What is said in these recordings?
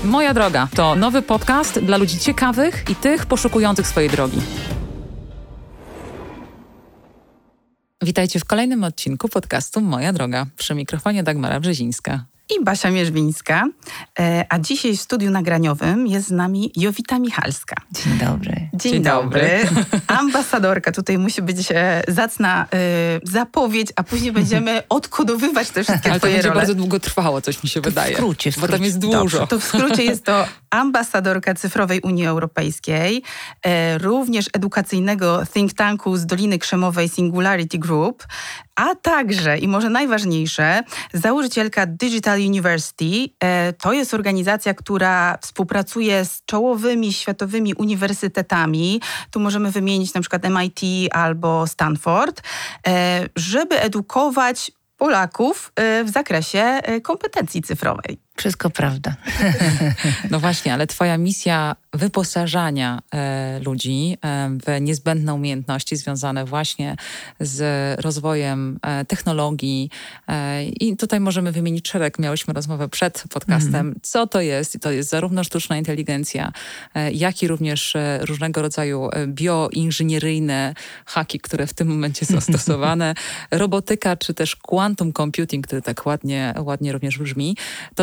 Moja droga to nowy podcast dla ludzi ciekawych i tych poszukujących swojej drogi. Witajcie w kolejnym odcinku podcastu Moja droga. Przy mikrofonie Dagmara Brzezińska. I Basia Mierzwińska, a dzisiaj w studiu nagraniowym jest z nami Jowita Michalska. Dzień dobry. Dzień dobry. Ambasadorka, tutaj musi być zacna zapowiedź, a później będziemy odkodowywać te wszystkie Ale twoje to będzie role. bardzo długo trwało, coś mi się wydaje. W skrócie. Bo tam jest dużo. Dobrze, to w skrócie jest to ambasadorka cyfrowej Unii Europejskiej, również edukacyjnego think tanku z Doliny Krzemowej Singularity Group, a także, i może najważniejsze, założycielka Digital University. To jest organizacja, która współpracuje z czołowymi światowymi uniwersytetami. Tu możemy wymienić na przykład MIT albo Stanford, żeby edukować Polaków w zakresie kompetencji cyfrowej. Wszystko prawda. No właśnie, ale twoja misja wyposażania ludzi w niezbędne umiejętności związane właśnie z rozwojem technologii i tutaj możemy wymienić szereg, miałyśmy rozmowę przed podcastem, co to jest. I to jest zarówno sztuczna inteligencja, jak i również różnego rodzaju bioinżynieryjne haki, które w tym momencie są stosowane, robotyka, czy też quantum computing, który tak ładnie również brzmi.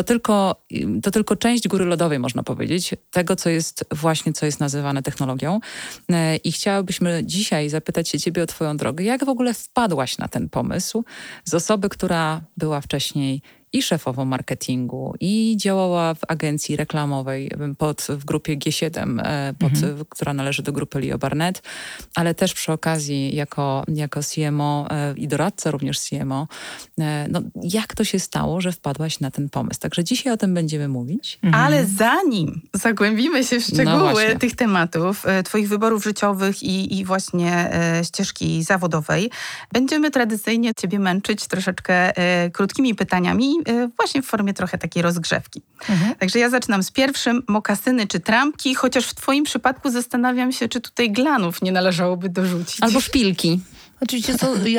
To tylko część góry lodowej, można powiedzieć, tego, co jest nazywane technologią. I chciałybyśmy dzisiaj zapytać się ciebie o twoją drogę. Jak w ogóle wpadłaś na ten pomysł z osoby, która była wcześniej i szefową marketingu, i działała w agencji reklamowej w grupie G7, która należy do grupy Leo Burnett, ale też przy okazji jako CMO i doradca również CMO. No, jak to się stało, że wpadłaś na ten pomysł? Także dzisiaj o tym będziemy mówić. Ale zanim zagłębimy się w szczegóły tych tematów, twoich wyborów życiowych i właśnie ścieżki zawodowej, będziemy tradycyjnie ciebie męczyć troszeczkę krótkimi pytaniami, właśnie w formie trochę takiej rozgrzewki. Także ja zaczynam z pierwszym. Mokasyny czy trampki? Chociaż w twoim przypadku zastanawiam się, czy tutaj glanów nie należałoby dorzucić. Albo szpilki. Oczywiście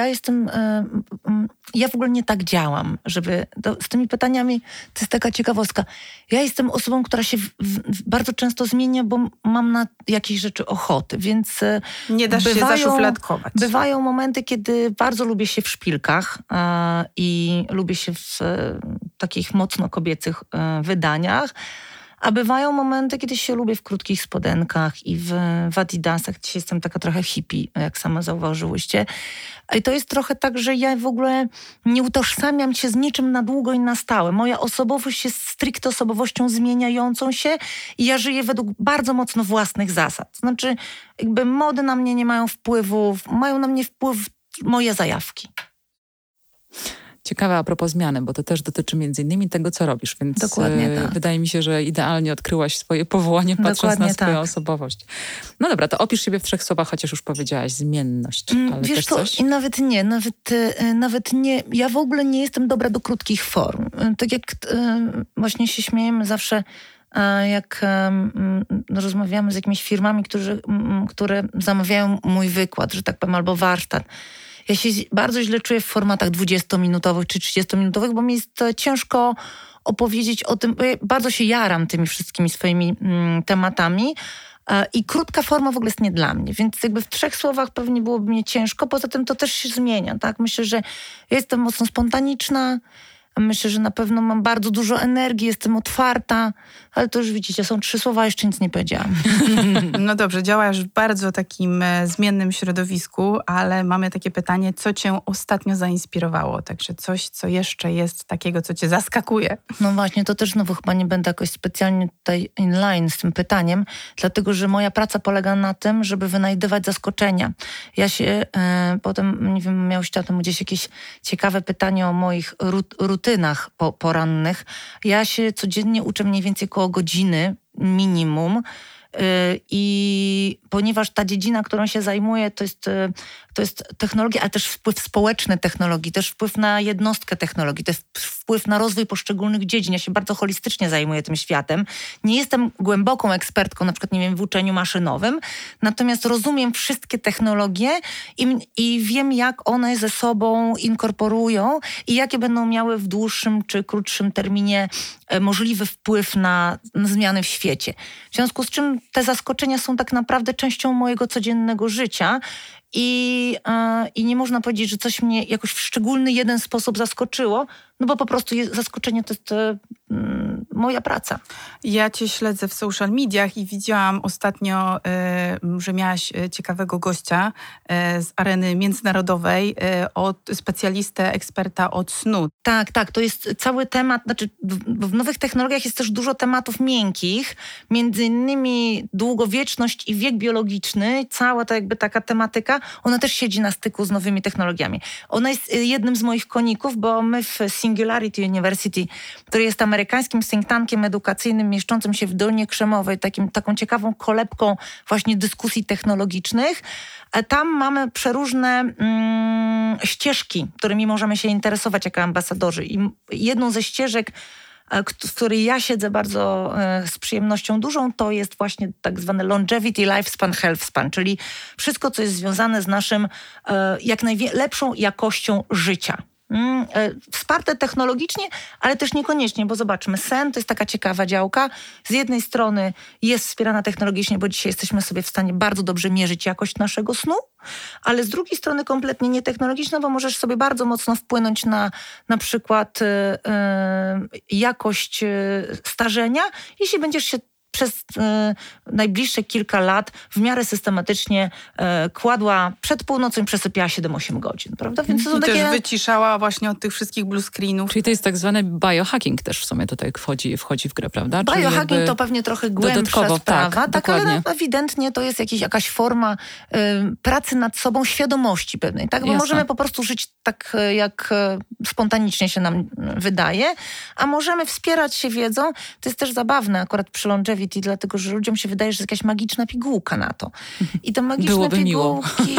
ja w ogóle nie tak działam, z tymi pytaniami, to jest taka ciekawostka. Ja jestem osobą, która się bardzo często zmienia, bo mam na jakieś rzeczy ochoty, więc nie dasz się zaszufladkować. Bywają momenty, kiedy bardzo lubię się w szpilkach i lubię się w takich mocno kobiecych wydaniach, a bywają momenty, kiedy się lubię w krótkich spodenkach i w adidasach. Dzisiaj jestem taka trochę hippie, jak sama zauważyłyście. I to jest trochę tak, że ja w ogóle nie utożsamiam się z niczym na długo i na stałe. Moja osobowość jest stricte osobowością zmieniającą się i ja żyję według bardzo mocno własnych zasad. Znaczy, jakby mody na mnie nie mają wpływu, mają na mnie wpływ moje zajawki. Ciekawe a propos zmiany, bo to też dotyczy między innymi tego, co robisz, więc dokładnie tak. Wydaje mi się, że idealnie odkryłaś swoje powołanie, patrząc dokładnie na swoją tak. osobowość. No dobra, to opisz siebie w 3 słowach, chociaż już powiedziałaś zmienność. Ale wiesz też co, coś? i nawet nie, ja w ogóle nie jestem dobra do krótkich form. Tak jak właśnie się śmiejemy zawsze, jak rozmawiamy z jakimiś firmami, które zamawiają mój wykład, że tak powiem, albo warsztat. Ja się bardzo źle czuję w formatach 20-minutowych czy 30-minutowych, bo mi jest ciężko opowiedzieć o tym. Ja bardzo się jaram tymi wszystkimi swoimi tematami i krótka forma w ogóle jest nie dla mnie. Więc jakby w 3 słowach pewnie byłoby mnie ciężko. Poza tym to też się zmienia, tak? Myślę, że ja jestem mocno spontaniczna. Myślę, że na pewno mam bardzo dużo energii, jestem otwarta, ale to już widzicie, są 3 słowa, jeszcze nic nie powiedziałam. No dobrze, działasz w bardzo takim zmiennym środowisku, ale mamy takie pytanie, co cię ostatnio zainspirowało? Także coś, co jeszcze jest takiego, co cię zaskakuje. No właśnie, to też znowu chyba nie będę jakoś specjalnie tutaj inline z tym pytaniem, dlatego, że moja praca polega na tym, żeby wynajdywać zaskoczenia. Ja się potem, nie wiem, miałeś tam gdzieś jakieś ciekawe pytanie o moich rutynach porannych. Ja się codziennie uczę mniej więcej około godziny minimum. I ponieważ ta dziedzina, którą się zajmuję, to jest to jest technologia, ale też wpływ społeczny technologii, też wpływ na jednostkę technologii, też wpływ na rozwój poszczególnych dziedzin. Ja się bardzo holistycznie zajmuję tym światem. Nie jestem głęboką ekspertką, na przykład, nie wiem, w uczeniu maszynowym, natomiast rozumiem wszystkie technologie i wiem, jak one ze sobą inkorporują i jakie będą miały w dłuższym czy krótszym terminie możliwy wpływ na zmiany w świecie. W związku z czym te zaskoczenia są tak naprawdę częścią mojego codziennego życia i nie można powiedzieć, że coś mnie jakoś w szczególny jeden sposób zaskoczyło, no bo po prostu zaskoczenie to jest moja praca. Ja cię śledzę w social mediach i widziałam ostatnio, że miałaś ciekawego gościa z areny międzynarodowej, od specjalistę, eksperta od snu. Tak, to jest cały temat, znaczy w nowych technologiach jest też dużo tematów miękkich, między innymi długowieczność i wiek biologiczny, cała ta jakby taka tematyka, ona też siedzi na styku z nowymi technologiami. Ona jest jednym z moich koników, bo my w Singularity University, który jest amerykańskim think tankiem edukacyjnym mieszczącym się w Dolinie Krzemowej, taką ciekawą kolebką właśnie dyskusji technologicznych. Tam mamy przeróżne ścieżki, którymi możemy się interesować jako ambasadorzy. I jedną ze ścieżek, w której ja siedzę bardzo z przyjemnością dużą, to jest właśnie tak zwane longevity, lifespan, healthspan, czyli wszystko, co jest związane z naszym jak najlepszą jakością życia. Wsparte technologicznie, ale też niekoniecznie, bo zobaczmy, sen to jest taka ciekawa działka. Z jednej strony jest wspierana technologicznie, bo dzisiaj jesteśmy sobie w stanie bardzo dobrze mierzyć jakość naszego snu, ale z drugiej strony kompletnie nietechnologiczna, bo możesz sobie bardzo mocno wpłynąć na przykład jakość starzenia, jeśli będziesz się przez najbliższe kilka lat w miarę systematycznie kładła przed północą i przesypiała 7-8 godzin, prawda? Więc to są takie... też wyciszała właśnie od tych wszystkich blue screenów. Czyli to jest tak zwany biohacking też w sumie tutaj wchodzi w grę, prawda? Czyli biohacking to pewnie trochę głębsza sprawa, tak, ale ewidentnie to jest jakaś forma pracy nad sobą, świadomości pewnej, tak? Bo możemy po prostu żyć tak, jak spontanicznie się nam wydaje, a możemy wspierać się wiedzą. To jest też zabawne akurat przy longevity, dlatego że ludziom się wydaje, że jest jakaś magiczna pigułka na to. I te magiczne pigułki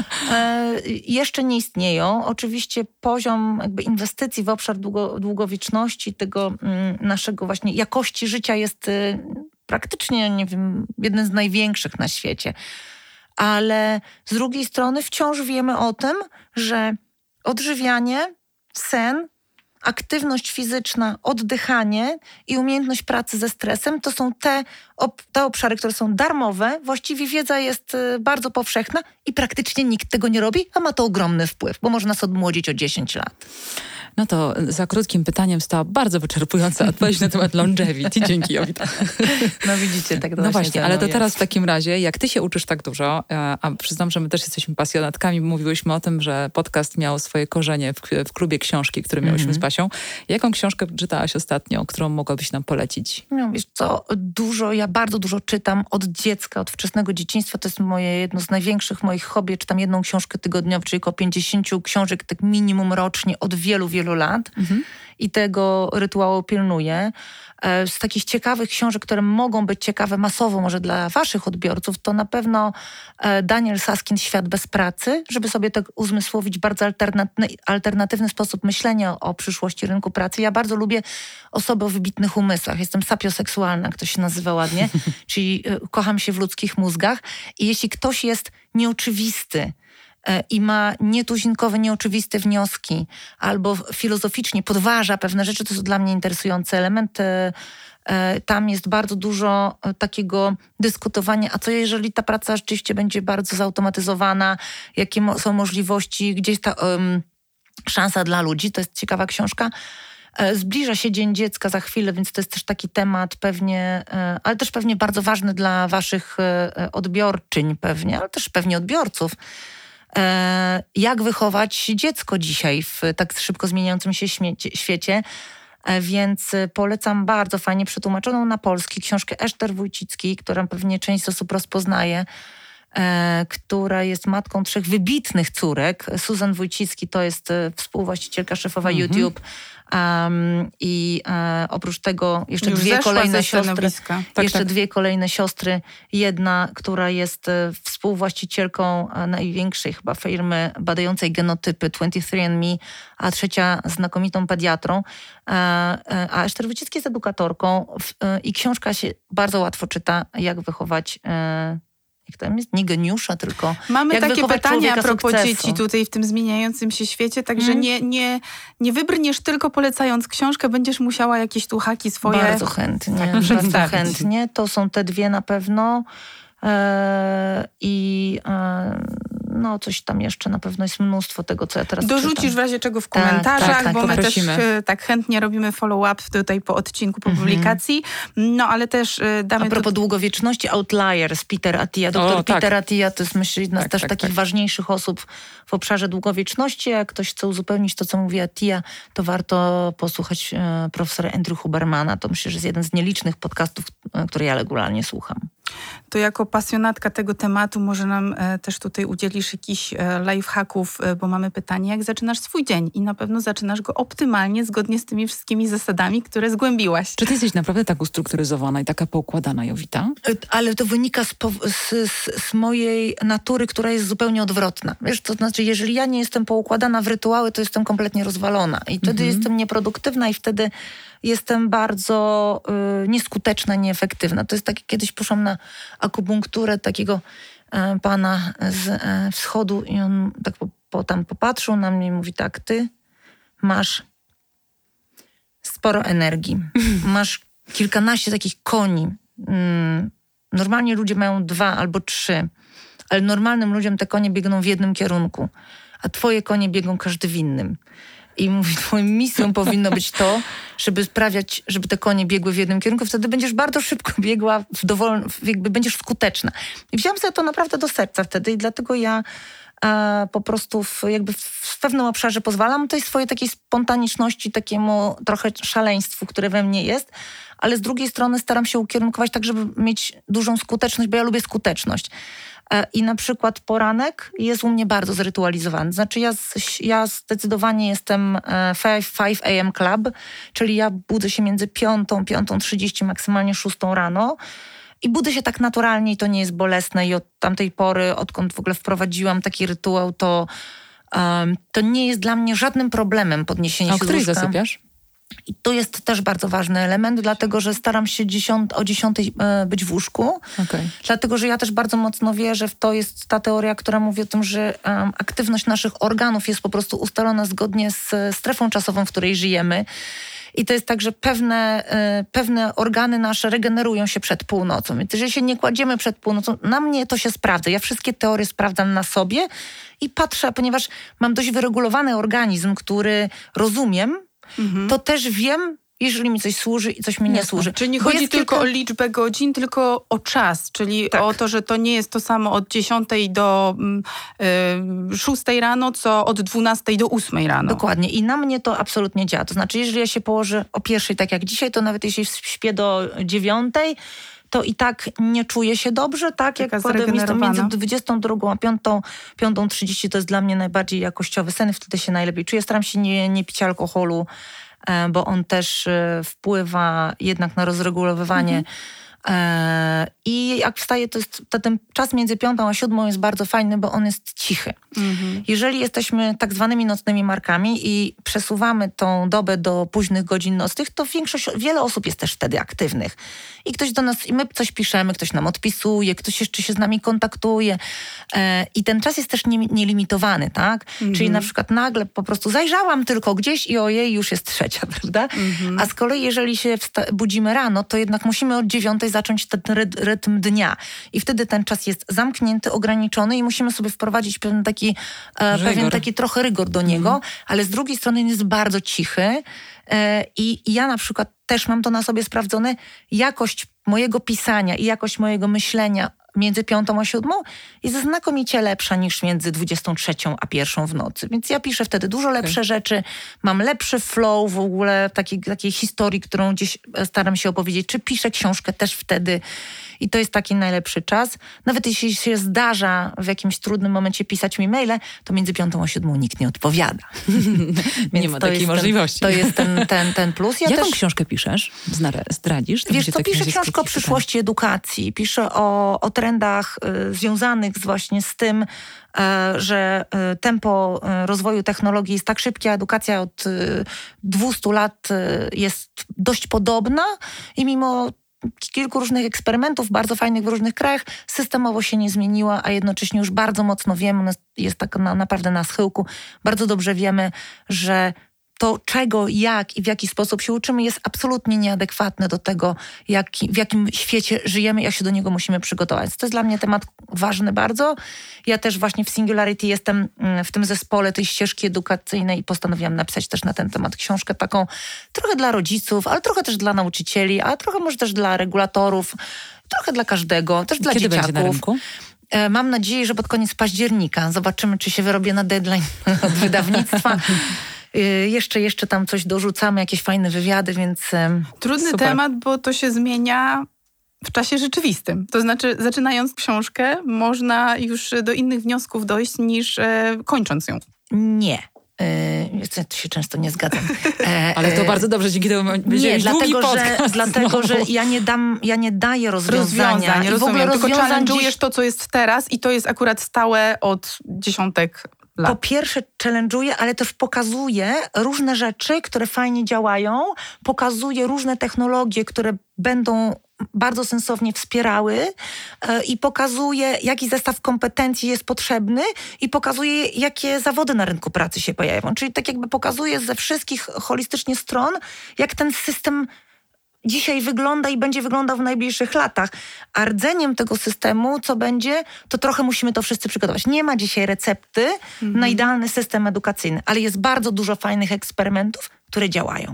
jeszcze nie istnieją. Oczywiście poziom jakby inwestycji w obszar długowieczności, tego naszego właśnie jakości życia jest praktycznie, nie wiem, jeden z największych na świecie. Ale z drugiej strony wciąż wiemy o tym, że odżywianie, sen, aktywność fizyczna, oddychanie i umiejętność pracy ze stresem to są te obszary, które są darmowe. Właściwie wiedza jest bardzo powszechna i praktycznie nikt tego nie robi, a ma to ogromny wpływ, bo może nas odmłodzić o 10 lat. No to za krótkim pytaniem stała bardzo wyczerpująca odpowiedź na temat longevity. Dzięki, Jowita. No widzicie, tak to no właśnie, ale to jest. teraz w takim razie, jak ty się uczysz tak dużo, a przyznam, że my też jesteśmy pasjonatkami, mówiłyśmy o tym, że podcast miał swoje korzenie w klubie książki, który miałyśmy z Basią. Jaką książkę czytałaś ostatnio, którą mogłabyś nam polecić? No wiesz co, ja bardzo dużo czytam od dziecka, od wczesnego dzieciństwa. To jest jedno z największych moich hobby. Czytam jedną książkę tygodniowo, czyli około 50 książek, tak minimum rocznie od wielu lat. I tego rytuału pilnuję. Z takich ciekawych książek, które mogą być ciekawe masowo może dla waszych odbiorców, to na pewno Daniel Saskin Świat bez pracy, żeby sobie tak uzmysłowić bardzo alternatywny sposób myślenia o przyszłości rynku pracy. Ja bardzo lubię osoby o wybitnych umysłach. Jestem sapioseksualna, jak to się nazywa ładnie, czyli kocham się w ludzkich mózgach. I jeśli ktoś jest nieoczywisty, i ma nietuzinkowe, nieoczywiste wnioski albo filozoficznie podważa pewne rzeczy, to są dla mnie interesujący element. Tam jest bardzo dużo takiego dyskutowania, a co jeżeli ta praca rzeczywiście będzie bardzo zautomatyzowana, jakie są możliwości, gdzieś ta szansa dla ludzi, to jest ciekawa książka. Zbliża się Dzień Dziecka za chwilę, więc to jest też taki temat pewnie, ale też pewnie bardzo ważny dla waszych odbiorczyń pewnie, ale też pewnie odbiorców. Jak wychować dziecko dzisiaj w tak szybko zmieniającym się świecie. Więc polecam bardzo fajnie przetłumaczoną na polski książkę Eszter Wójcickiej, którą pewnie część osób rozpoznaje. która jest matką 3 wybitnych córek. Susan Wójcicki to jest współwłaścicielka, szefowa YouTube. I oprócz tego jeszcze już 2 kolejne siostry. Tak. 2 kolejne siostry. Jedna, która jest współwłaścicielką największej chyba firmy badającej genotypy 23andMe, a 3 znakomitą pediatrą. A Eszter Wójcicki jest edukatorką i książka się bardzo łatwo czyta, jak wychować jak tam jest, nie geniusza, tylko mamy jak takie pytania a propos sukcesu. dzieci tutaj w tym zmieniającym się świecie, także nie wybrniesz tylko polecając książkę, będziesz musiała jakieś tu haki swoje... Bardzo chętnie, bardzo chętnie. To są te 2 na pewno. No coś tam jeszcze na pewno jest mnóstwo tego, co ja teraz dorzucisz czytam. w razie czego w komentarzach, tak, bo my prosimy. też tak chętnie robimy follow-up tutaj po odcinku, po publikacji. No ale też damy... A propos długowieczności, Outliers, Peter Attia. Doktor Peter Attia to jest, myślę, jedna z takich ważniejszych osób w obszarze długowieczności. Jak ktoś chce uzupełnić to, co mówi Attia, to warto posłuchać profesora Andrew Hubermana. To myślę, że jest jeden z nielicznych podcastów, które ja regularnie słucham. To jako pasjonatka tego tematu może nam też tutaj udzielisz jakichś lifehacków, bo mamy pytanie, jak zaczynasz swój dzień i na pewno zaczynasz go optymalnie, zgodnie z tymi wszystkimi zasadami, które zgłębiłaś. Czy ty jesteś naprawdę tak ustrukturyzowana i taka poukładana, Jowita? Ale to wynika z mojej natury, która jest zupełnie odwrotna. Wiesz, to znaczy, jeżeli ja nie jestem poukładana w rytuały, to jestem kompletnie rozwalona. I wtedy jestem nieproduktywna i wtedy jestem bardzo nieskuteczna, nieefektywna. To jest tak, kiedyś poszłam na akupunkturę takiego pana z wschodu i on tak tam popatrzył na mnie i mówi tak, ty masz sporo energii, masz kilkanaście takich koni. Normalnie ludzie mają 2 albo 3, ale normalnym ludziom te konie biegną w jednym kierunku, a twoje konie biegną każdy w innym. I mówi, twoją misją powinno być to, żeby sprawiać, żeby te konie biegły w jednym kierunku. Wtedy będziesz bardzo szybko biegła, jakby będziesz skuteczna. I wziąłam sobie to naprawdę do serca wtedy i dlatego ja po prostu w pewnym obszarze pozwalam tej swojej takiej spontaniczności, takiemu trochę szaleństwu, które we mnie jest, ale z drugiej strony staram się ukierunkować tak, żeby mieć dużą skuteczność, bo ja lubię skuteczność. I na przykład poranek jest u mnie bardzo zrytualizowany. Znaczy ja zdecydowanie jestem 5 a.m. club, czyli ja budzę się między 5:30, maksymalnie 6 rano. I budzę się tak naturalnie i to nie jest bolesne. I od tamtej pory, odkąd w ogóle wprowadziłam taki rytuał, to nie jest dla mnie żadnym problemem podniesienie się z łóżka. O której zasypiasz? I to jest też bardzo ważny element, dlatego że staram się o 10 być w łóżku. Okay. Dlatego, że ja też bardzo mocno wierzę w to, jest ta teoria, która mówi o tym, że aktywność naszych organów jest po prostu ustalona zgodnie z strefą czasową, w której żyjemy. I to jest tak, że pewne organy nasze regenerują się przed północą. I jeżeli się nie kładziemy przed północą, na mnie to się sprawdza. Ja wszystkie teorie sprawdzam na sobie i patrzę, ponieważ mam dość wyregulowany organizm, który rozumiem, to też wiem, jeżeli mi coś służy i coś mi nie służy. Czyli nie chodzi tylko o liczbę godzin, tylko o czas, czyli o to, że to nie jest to samo od 10 do 6 rano, co od 12 do 8 rano. Dokładnie. I na mnie to absolutnie działa. To znaczy, jeżeli ja się położę o 1, tak jak dzisiaj, to nawet jeśli śpię do 9, to i tak nie czuję się dobrze, tak? Jak jestem między 22 a 5:30 to jest dla mnie najbardziej jakościowy sen, wtedy się najlepiej czuję. Staram się nie pić alkoholu, bo on też wpływa jednak na rozregulowywanie. I jak wstaję, to jest ten czas między 5 a 7 jest bardzo fajny, bo on jest cichy. Jeżeli jesteśmy tak zwanymi nocnymi markami i przesuwamy tą dobę do późnych godzin nocnych, to wiele osób jest też wtedy aktywnych. I ktoś do nas, i my coś piszemy, ktoś nam odpisuje, ktoś jeszcze się z nami kontaktuje. I ten czas jest też nielimitowany, tak? Czyli na przykład nagle po prostu zajrzałam tylko gdzieś i ojej, już jest 3, prawda? A z kolei jeżeli się budzimy rano, to jednak musimy od 9 zacząć ten rytm dnia. I wtedy ten czas jest zamknięty, ograniczony i musimy sobie wprowadzić pewien taki trochę rygor do niego, ale z drugiej strony jest bardzo cichy. I ja na przykład też mam to na sobie sprawdzone. Jakość mojego pisania i jakość mojego myślenia między 5 a 7 jest znakomicie lepsza niż między 23 a 1 w nocy. Więc ja piszę wtedy dużo lepsze rzeczy, mam lepszy flow w ogóle takiej historii, którą gdzieś staram się opowiedzieć, czy piszę książkę też wtedy i to jest taki najlepszy czas. Nawet jeśli się zdarza w jakimś trudnym momencie pisać mi maile, to między 5 a 7 nikt nie odpowiada. Nie ma takiej możliwości. To jest ten plus. Jaką książkę piszesz? Zdradzisz? Wiesz co, piszę książkę o przyszłości edukacji. Piszę o trendach związanych właśnie z tym, że tempo rozwoju technologii jest tak szybkie, a edukacja od 200 lat jest dość podobna i mimo kilku różnych eksperymentów, bardzo fajnych w różnych krajach, systemowo się nie zmieniła, a jednocześnie już bardzo mocno wiemy, ona jest tak naprawdę na schyłku, bardzo dobrze wiemy, że to czego, jak i w jaki sposób się uczymy jest absolutnie nieadekwatne do tego, w jakim świecie żyjemy, jak się do niego musimy przygotować. To jest dla mnie temat ważny bardzo. Ja też właśnie w Singularity jestem w tym zespole tej ścieżki edukacyjnej i postanowiłam napisać też na ten temat książkę taką trochę dla rodziców, ale trochę też dla nauczycieli, a trochę może też dla regulatorów, trochę dla każdego, też dla dzieciaków. Kiedy będzie na rynku? Mam nadzieję, że pod koniec października. Zobaczymy, czy się wyrobię na deadline od wydawnictwa. Jeszcze tam coś dorzucamy, jakieś fajne wywiady, więc Trudny super. temat, bo to się zmienia w czasie rzeczywistym. To znaczy, zaczynając książkę, można już do innych wniosków dojść niż kończąc ją. Nie. To się często nie zgadzam. Ale to bardzo dobrze, dzięki temu będziemy mieć długi podcast. Dlatego, że ja nie daję rozwiązań. I w ogóle tylko challenge'ujesz to, co jest teraz i to jest akurat stałe od dziesiątek lat. Po pierwsze challenge'uję, ale też pokazuję różne rzeczy, które fajnie działają, pokazuję różne technologie, które będą bardzo sensownie wspierały i pokazuje, jaki zestaw kompetencji jest potrzebny i pokazuje, jakie zawody na rynku pracy się pojawią. Czyli tak jakby pokazuje ze wszystkich holistycznie stron, jak ten system dzisiaj wygląda i będzie wyglądał w najbliższych latach. A rdzeniem tego systemu, co będzie, to trochę musimy to wszyscy przygotować. Nie ma dzisiaj recepty na idealny system edukacyjny, ale jest bardzo dużo fajnych eksperymentów, które działają.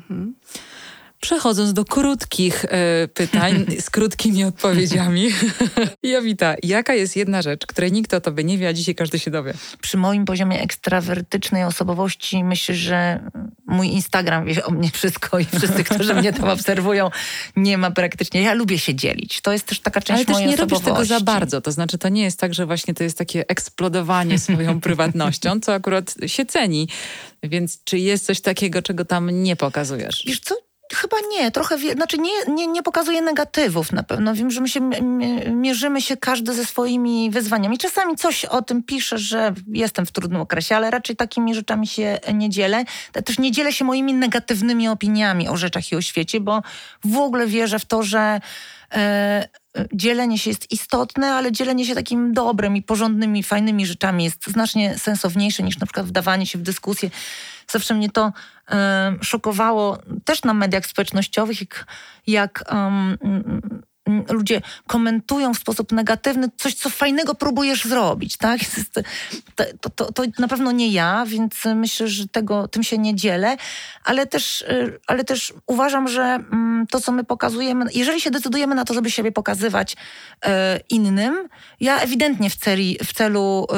Przechodząc do krótkich pytań z krótkimi odpowiedziami. Jowita, jaka jest jedna rzecz, której nikt o tobie nie wie, a dzisiaj każdy się dowie? Przy moim poziomie ekstrawertycznej osobowości myślę, że mój Instagram wie o mnie wszystko i wszyscy, którzy mnie tam obserwują, nie ma praktycznie. Ja lubię się dzielić. To jest też taka część mojej osobowości. Ale też nie robisz tego za bardzo. To znaczy, to nie jest tak, że właśnie to jest takie eksplodowanie swoją prywatnością, co akurat się ceni. Więc czy jest coś takiego, czego tam nie pokazujesz? Wiesz co? Chyba nie, trochę, nie pokazuje negatywów na pewno. Wiem, że my się mierzymy się każdy ze swoimi wyzwaniami. Czasami coś o tym piszę, że jestem w trudnym okresie, ale raczej takimi rzeczami się nie dzielę. Też nie dzielę się moimi negatywnymi opiniami o rzeczach i o świecie, bo w ogóle wierzę w to, że dzielenie się jest istotne, ale dzielenie się takim dobrem i porządnymi, fajnymi rzeczami jest znacznie sensowniejsze niż na przykład wdawanie się w dyskusję. Zawsze mnie to szokowało też na mediach społecznościowych, jak ludzie komentują w sposób negatywny coś, co fajnego próbujesz zrobić, tak? To na pewno nie ja, więc myślę, że tym się nie dzielę, ale też uważam, że to, co my pokazujemy, jeżeli się decydujemy na to, żeby siebie pokazywać innym, ja ewidentnie w celu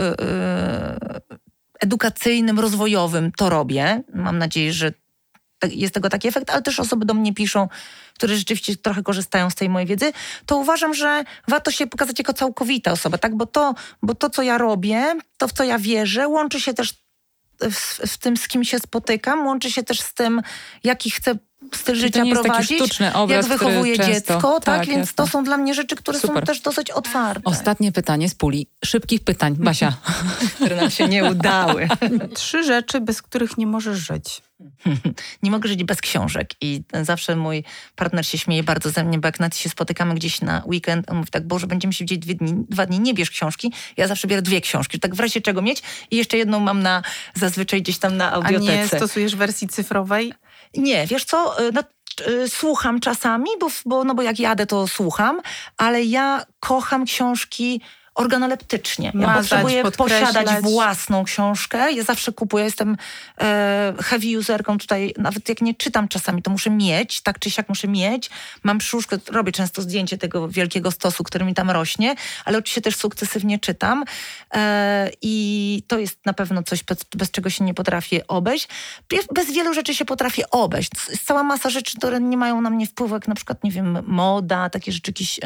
edukacyjnym, rozwojowym to robię. Mam nadzieję, że jest tego taki efekt, ale też osoby do mnie piszą, które rzeczywiście trochę korzystają z tej mojej wiedzy, to uważam, że warto się pokazać jako całkowita osoba, tak? Bo to, co ja robię, to, w co ja wierzę, łączy się też w tym, z kim się spotykam, łączy się też z tym, jaki chcę styl życia prowadzić, obraz, jak wychowuję dziecko, tak? Więc jasne. to są dla mnie rzeczy, które Super. są też dosyć otwarte. Ostatnie pytanie z puli szybkich pytań. Basia. Które nam się nie udały. 3 rzeczy, bez których nie możesz żyć. Nie mogę żyć bez książek i zawsze mój partner się śmieje bardzo ze mnie, bo jak nawet się spotykamy gdzieś na weekend, on mówi tak, Boże, będziemy się widzieć 2 dni, nie bierz książki. Ja zawsze biorę 2 książki, tak w razie czego mieć i jeszcze jedną mam zazwyczaj gdzieś tam na audiotece. A nie stosujesz wersji cyfrowej? Nie, wiesz co, słucham czasami, bo jak jadę, to słucham, ale ja kocham książki organoleptycznie. Ja Mazać, potrzebuję podkreślać. posiadać własną książkę. Ja zawsze kupuję, jestem heavy userką tutaj, nawet jak nie czytam czasami, to muszę mieć, tak czy siak muszę mieć. Mam brzuszkę, robię często zdjęcie tego wielkiego stosu, który mi tam rośnie, ale oczywiście też sukcesywnie czytam i to jest na pewno coś, bez czego się nie potrafię obejść. Bez wielu rzeczy się potrafię obejść. Jest cała masa rzeczy, które nie mają na mnie wpływu, jak na przykład, nie wiem, moda, takie rzeczy, jakieś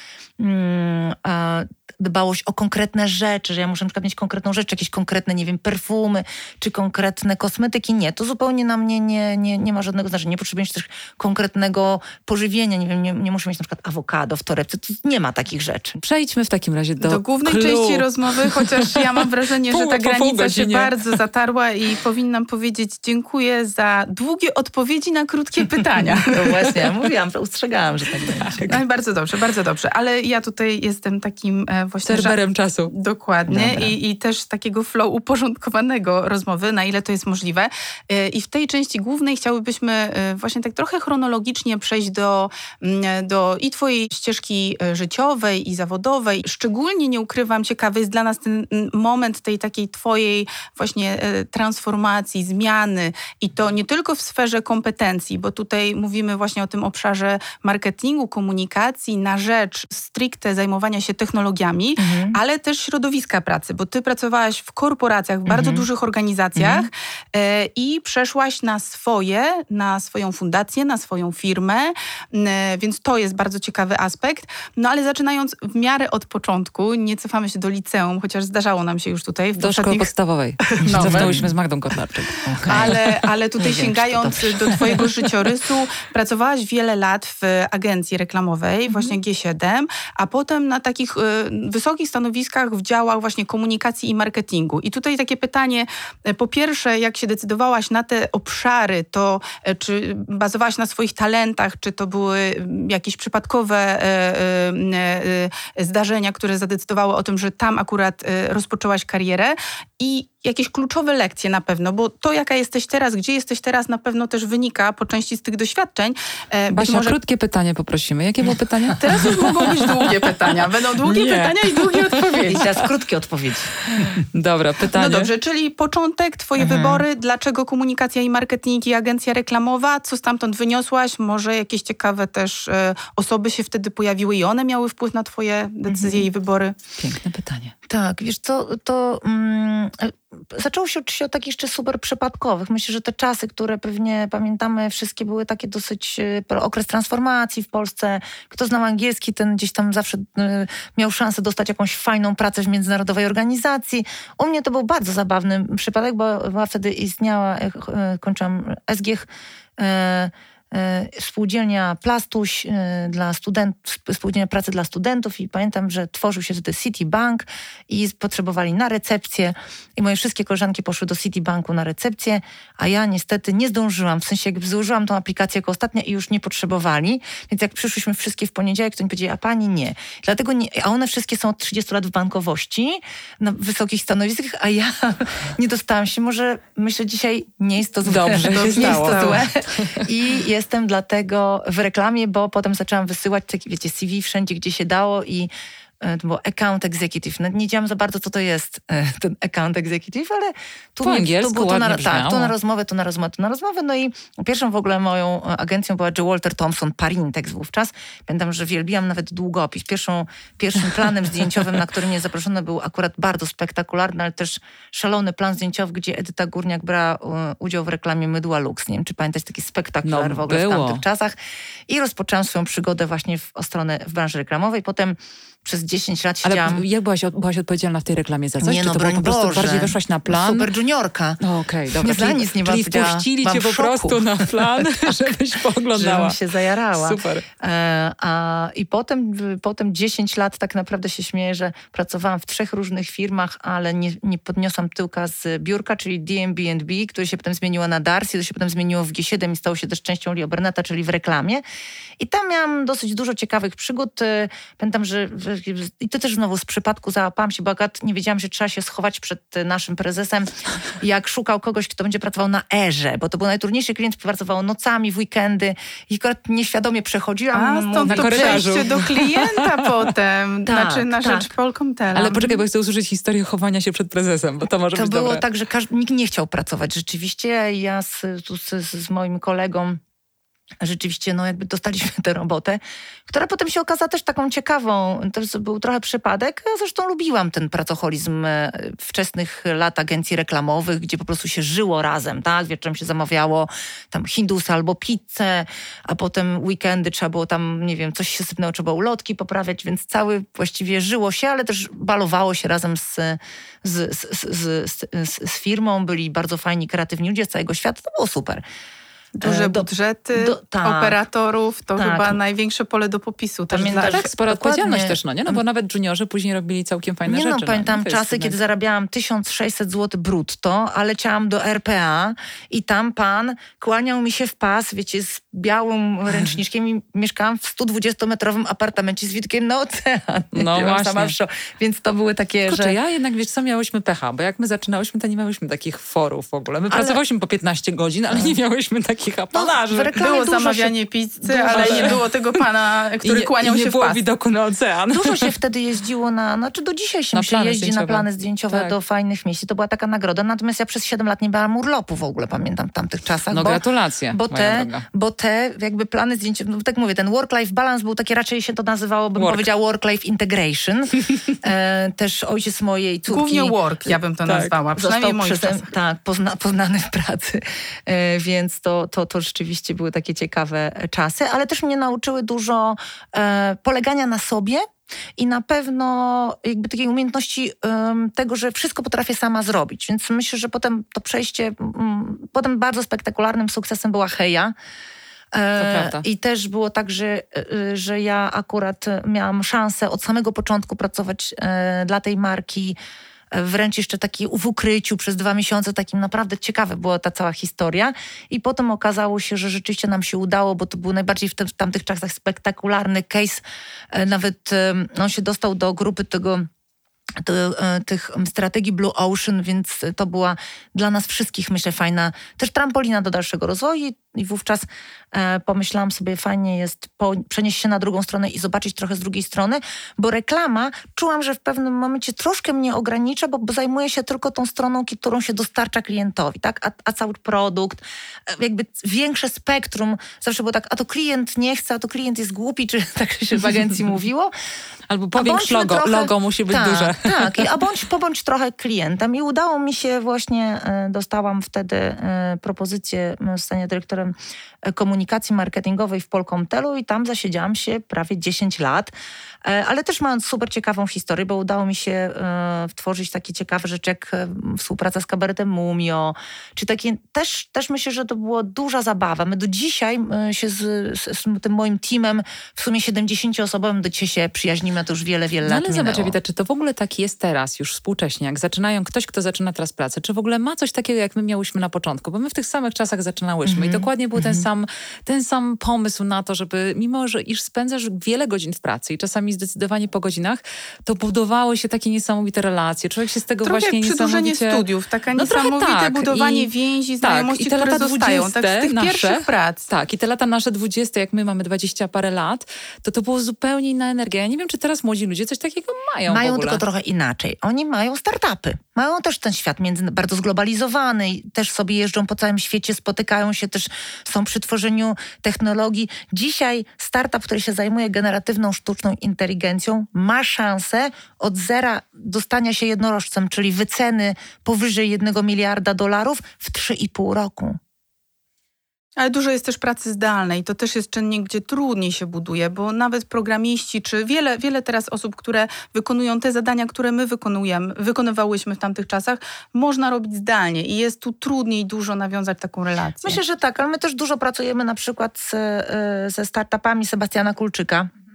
dbałość o konkretne rzeczy, że ja muszę na przykład mieć konkretną rzecz, jakieś konkretne, nie wiem, perfumy, czy konkretne kosmetyki. Nie, to zupełnie na mnie nie ma żadnego znaczenia. Nie potrzebuję też konkretnego pożywienia. Nie wiem, nie muszę mieć na przykład awokado w torebce. To nie ma takich rzeczy. Przejdźmy w takim razie do głównej clue. części rozmowy, chociaż ja mam wrażenie, że ta granica się bardzo zatarła i powinnam powiedzieć dziękuję za długie odpowiedzi na krótkie pytania. No właśnie, ja mówiłam, ustrzegałam, że tak będzie. No, bardzo dobrze, bardzo dobrze. Ale ja tutaj jestem takim właśnie... Serwerem czasu. Dokładnie. I też takiego flow uporządkowanego rozmowy, na ile to jest możliwe. I w tej części głównej chciałybyśmy właśnie tak trochę chronologicznie przejść do i twojej ścieżki życiowej i zawodowej. Szczególnie, nie ukrywam, ciekawy jest dla nas ten moment tej takiej twojej właśnie transformacji, zmiany i to nie tylko w sferze kompetencji, bo tutaj mówimy właśnie o tym obszarze marketingu, komunikacji na rzecz stricte zajmowania się technologiami, ale też środowiska pracy, bo ty pracowałaś w korporacjach, w bardzo dużych organizacjach i przeszłaś na swoją fundację, na swoją firmę, więc to jest bardzo ciekawy aspekt. No ale zaczynając w miarę od początku, nie cofamy się do liceum, chociaż zdarzało nam się już tutaj. Do szkoły podstawowej. Cofnęłyśmy z Magdą Kotlarczyk. Okay. Ale tutaj sięgając do twojego życiorysu, pracowałaś wiele lat w agencji reklamowej, właśnie G7, a potem na takich wysokich stanowiskach w działach właśnie komunikacji i marketingu. I tutaj takie pytanie, po pierwsze, jak się decydowałaś na te obszary, to czy bazowałaś na swoich talentach, czy to były jakieś przypadkowe zdarzenia, które zadecydowały o tym, że tam akurat rozpoczęłaś karierę i jakieś kluczowe lekcje na pewno, bo to, jaka jesteś teraz, gdzie jesteś teraz, na pewno też wynika po części z tych doświadczeń. Basia, krótkie pytanie poprosimy. Jakie było pytanie? Teraz już mogą być długie pytania. Będą długie pytania i długie odpowiedzi. I teraz krótkie odpowiedzi. Dobra, pytanie. No dobrze, czyli początek, twoje wybory, dlaczego komunikacja i marketing i agencja reklamowa, co stamtąd wyniosłaś, może jakieś ciekawe też osoby się wtedy pojawiły i one miały wpływ na twoje decyzje i wybory? Piękne pytanie. Tak, wiesz co, zaczęło się oczywiście od takich jeszcze super przypadkowych. Myślę, że te czasy, które pewnie pamiętamy, wszystkie były takie dosyć okres transformacji w Polsce. Kto znał angielski, ten gdzieś tam zawsze miał szansę dostać jakąś fajną pracę w międzynarodowej organizacji. U mnie to był bardzo zabawny przypadek, bo wtedy istniała, kończyłam SGH, spółdzielnia Plastuś dla studentów, spółdzielnia pracy dla studentów i pamiętam, że tworzył się wtedy Citibank i potrzebowali na recepcję i moje wszystkie koleżanki poszły do Citibanku na recepcję, a ja niestety nie zdążyłam, w sensie jakby złożyłam tą aplikację jako ostatnia i już nie potrzebowali, więc jak przyszłyśmy wszystkie w poniedziałek, to mi powiedzieli, a pani nie. Dlatego nie, a one wszystkie są od 30 lat w bankowości, na wysokich stanowiskach, a ja nie dostałam się. Może myślę dzisiaj, nie jest to złe. Dobrze, nie jest to złe. I jestem dlatego w reklamie, bo potem zaczęłam wysyłać takie, wiecie, CV wszędzie, gdzie się dało i to było account executive. No, nie wiedziałam za bardzo, co to jest ten account executive, ale tu po angielsku to ładnie tak, to na rozmowę. No i pierwszą w ogóle moją agencją była J. Walter Thompson, Parintex wówczas. Pamiętam, że wielbiłam nawet długopis. Pierwszym planem zdjęciowym, na który mnie zaproszono, był akurat bardzo spektakularny, ale też szalony plan zdjęciowy, gdzie Edyta Górniak brała udział w reklamie mydła Lux. Nie wiem, czy pamiętasz taki spektakular w ogóle w tamtych czasach. I rozpoczęłam swoją przygodę właśnie w branży reklamowej. Potem przez 10 lat siedziałam... Ale jak byłaś odpowiedzialna w tej reklamie za coś? Nie, czy to było po prostu bardziej weszłaś na plan? Super juniorka. Okej, dobra. Nie, za nic nie czyli wpuścili cię po prostu na plan, żebyś pooglądała. Żebym się zajarała. Super. I potem 10 lat tak naprawdę się śmieję, że pracowałam w 3 różnych firmach, ale nie podniosłam tyłka z biurka, czyli DMB&B, które się potem zmieniło na Darcy, to się potem zmieniło w G7 i stało się też częścią Leo Burnetta, czyli w reklamie. I tam miałam dosyć dużo ciekawych przygód. Pamiętam, że i to też znowu z przypadku załapałam się, bo akurat nie wiedziałam, że trzeba się schować przed naszym prezesem, jak szukał kogoś, kto będzie pracował na erze, bo to był najtrudniejszy klient, pracował nocami, w weekendy i akurat nieświadomie przechodziłam. Stąd na to korytarzu. przejście do klienta potem, znaczy na rzecz Polkomtela. Ale poczekaj, bo chcę usłyszeć historię chowania się przed prezesem, bo to może być To było dobre. tak, że nikt nie chciał pracować rzeczywiście. Ja z moim kolegą rzeczywiście, no jakby dostaliśmy tę robotę, która potem się okazała też taką ciekawą. To był trochę przypadek. Ja zresztą lubiłam ten pracoholizm wczesnych lat agencji reklamowych, gdzie po prostu się żyło razem, tak? Wieczorem się zamawiało tam hindusa albo pizzę, a potem weekendy trzeba było tam, nie wiem, coś się sypnęło, trzeba było ulotki poprawiać, więc właściwie żyło się, ale też balowało się razem z firmą. Byli bardzo fajni, kreatywni ludzie z całego świata. To było super. Duże budżety, operatorów, to chyba największe pole do popisu. Też tak, spora odpowiedzialność też, no nie? No bo nawet juniorzy później robili całkiem fajne rzeczy. No, pamiętam czasy, kiedy zarabiałam 1600 zł brutto, a leciałam do RPA i tam pan kłaniał mi się w pas, wiecie, z białym ręczniczkiem i mieszkałam w 120-metrowym apartamencie z widkiem na ocean. No właśnie. Sama więc to były takie, Kurczę, że... ja jednak, wiesz co, miałyśmy pecha, bo jak my zaczynałyśmy, to nie miałyśmy takich forów w ogóle. My pracowałyśmy po 15 godzin, ale nie miałyśmy takich apanarzy. Było zamawianie pizzy, ale nie było tego pana, który kłaniał się w pas. Nie było widoku na ocean. Dużo się wtedy jeździło znaczy do dzisiaj się jeździ zdjęciowe. Na plany zdjęciowe do fajnych miejsc. To była taka nagroda. Natomiast ja przez 7 lat nie brałam urlopu w ogóle, pamiętam w tamtych czasach. No gratulacje, bo te jakby plany zdjęciowe, no tak mówię, ten work-life balance był taki, raczej się to nazywało, bym powiedziała work-life integration. Też ojciec mojej córki. Głównie work, ja bym to nazwała. Przynajmniej moich czasach. Tak, poznany w pracy. Więc to rzeczywiście były takie ciekawe czasy, ale też mnie nauczyły dużo polegania na sobie i na pewno jakby takiej umiejętności tego, że wszystko potrafię sama zrobić. Więc myślę, że potem to przejście, potem bardzo spektakularnym sukcesem była Heja. I też było tak, że ja akurat miałam szansę od samego początku pracować dla tej marki, wręcz jeszcze taki w ukryciu przez 2 miesiące, takim naprawdę ciekawe była ta cała historia. I potem okazało się, że rzeczywiście nam się udało, bo to był najbardziej w tamtych czasach spektakularny case. Nawet on się dostał do grupy tych strategii Blue Ocean, więc to była dla nas wszystkich, myślę, fajna też trampolina do dalszego rozwoju i wówczas pomyślałam sobie, fajnie jest przenieść się na drugą stronę i zobaczyć trochę z drugiej strony, bo reklama, czułam, że w pewnym momencie troszkę mnie ogranicza, bo zajmuje się tylko tą stroną, którą się dostarcza klientowi, tak? A cały produkt, jakby większe spektrum, zawsze było tak, a to klient nie chce, a to klient jest głupi, czy tak się w agencji mówiło. Albo powiększ logo musi być duże. Tak, pobądź trochę klientem i udało mi się właśnie, dostałam wtedy propozycję zostania dyrektorem komunikacji marketingowej w Polkomtelu i tam zasiedziałam się prawie 10 lat, ale też mając super ciekawą historię, bo udało mi się tworzyć takie ciekawe rzeczy jak współpraca z kabaretem Mumio, czy takie, też myślę, że to była duża zabawa. My do dzisiaj się z tym moim teamem, w sumie 70-osobowym, do dzisiaj się przyjaźnimy, to już wiele lat minęło. Ale zobacz, Ewita, czy to w ogóle tak jest teraz, już współcześnie, jak zaczynają ktoś, kto zaczyna teraz pracę, czy w ogóle ma coś takiego, jak my miałyśmy na początku, bo my w tych samych czasach zaczynałyśmy i dokładnie był ten sam pomysł na to, żeby, mimo że iż spędzasz wiele godzin w pracy i czasami zdecydowanie po godzinach, to budowały się takie niesamowite relacje. Człowiek się z tego trochę właśnie przedłużenie studiów, taka niesamowite budowanie więzi, znajomości, które lata zostają. Tak, z tych pierwszych prac. Tak, i te lata nasze 20, jak my mamy 20 parę lat, to było zupełnie inna energia. Ja nie wiem, czy teraz młodzi ludzie coś takiego mają Mają w ogóle. Tylko trochę inaczej. Oni mają startupy. Mają też ten świat bardzo zglobalizowany i też sobie jeżdżą po całym świecie, spotykają się, też są przy tworzeniu technologii. Dzisiaj startup, który się zajmuje generatywną sztuczną inteligencją, ma szansę od zera dostania się jednorożcem, czyli wyceny powyżej $1 miliarda w 3,5 roku. Ale dużo jest też pracy zdalnej i to też jest czynnik, gdzie trudniej się buduje, bo nawet programiści, czy wiele teraz osób, które wykonują te zadania, które my wykonywałyśmy w tamtych czasach, można robić zdalnie i jest tu trudniej dużo nawiązać taką relację. Myślę, że tak, ale my też dużo pracujemy na przykład ze startupami Sebastiana Kulczyka.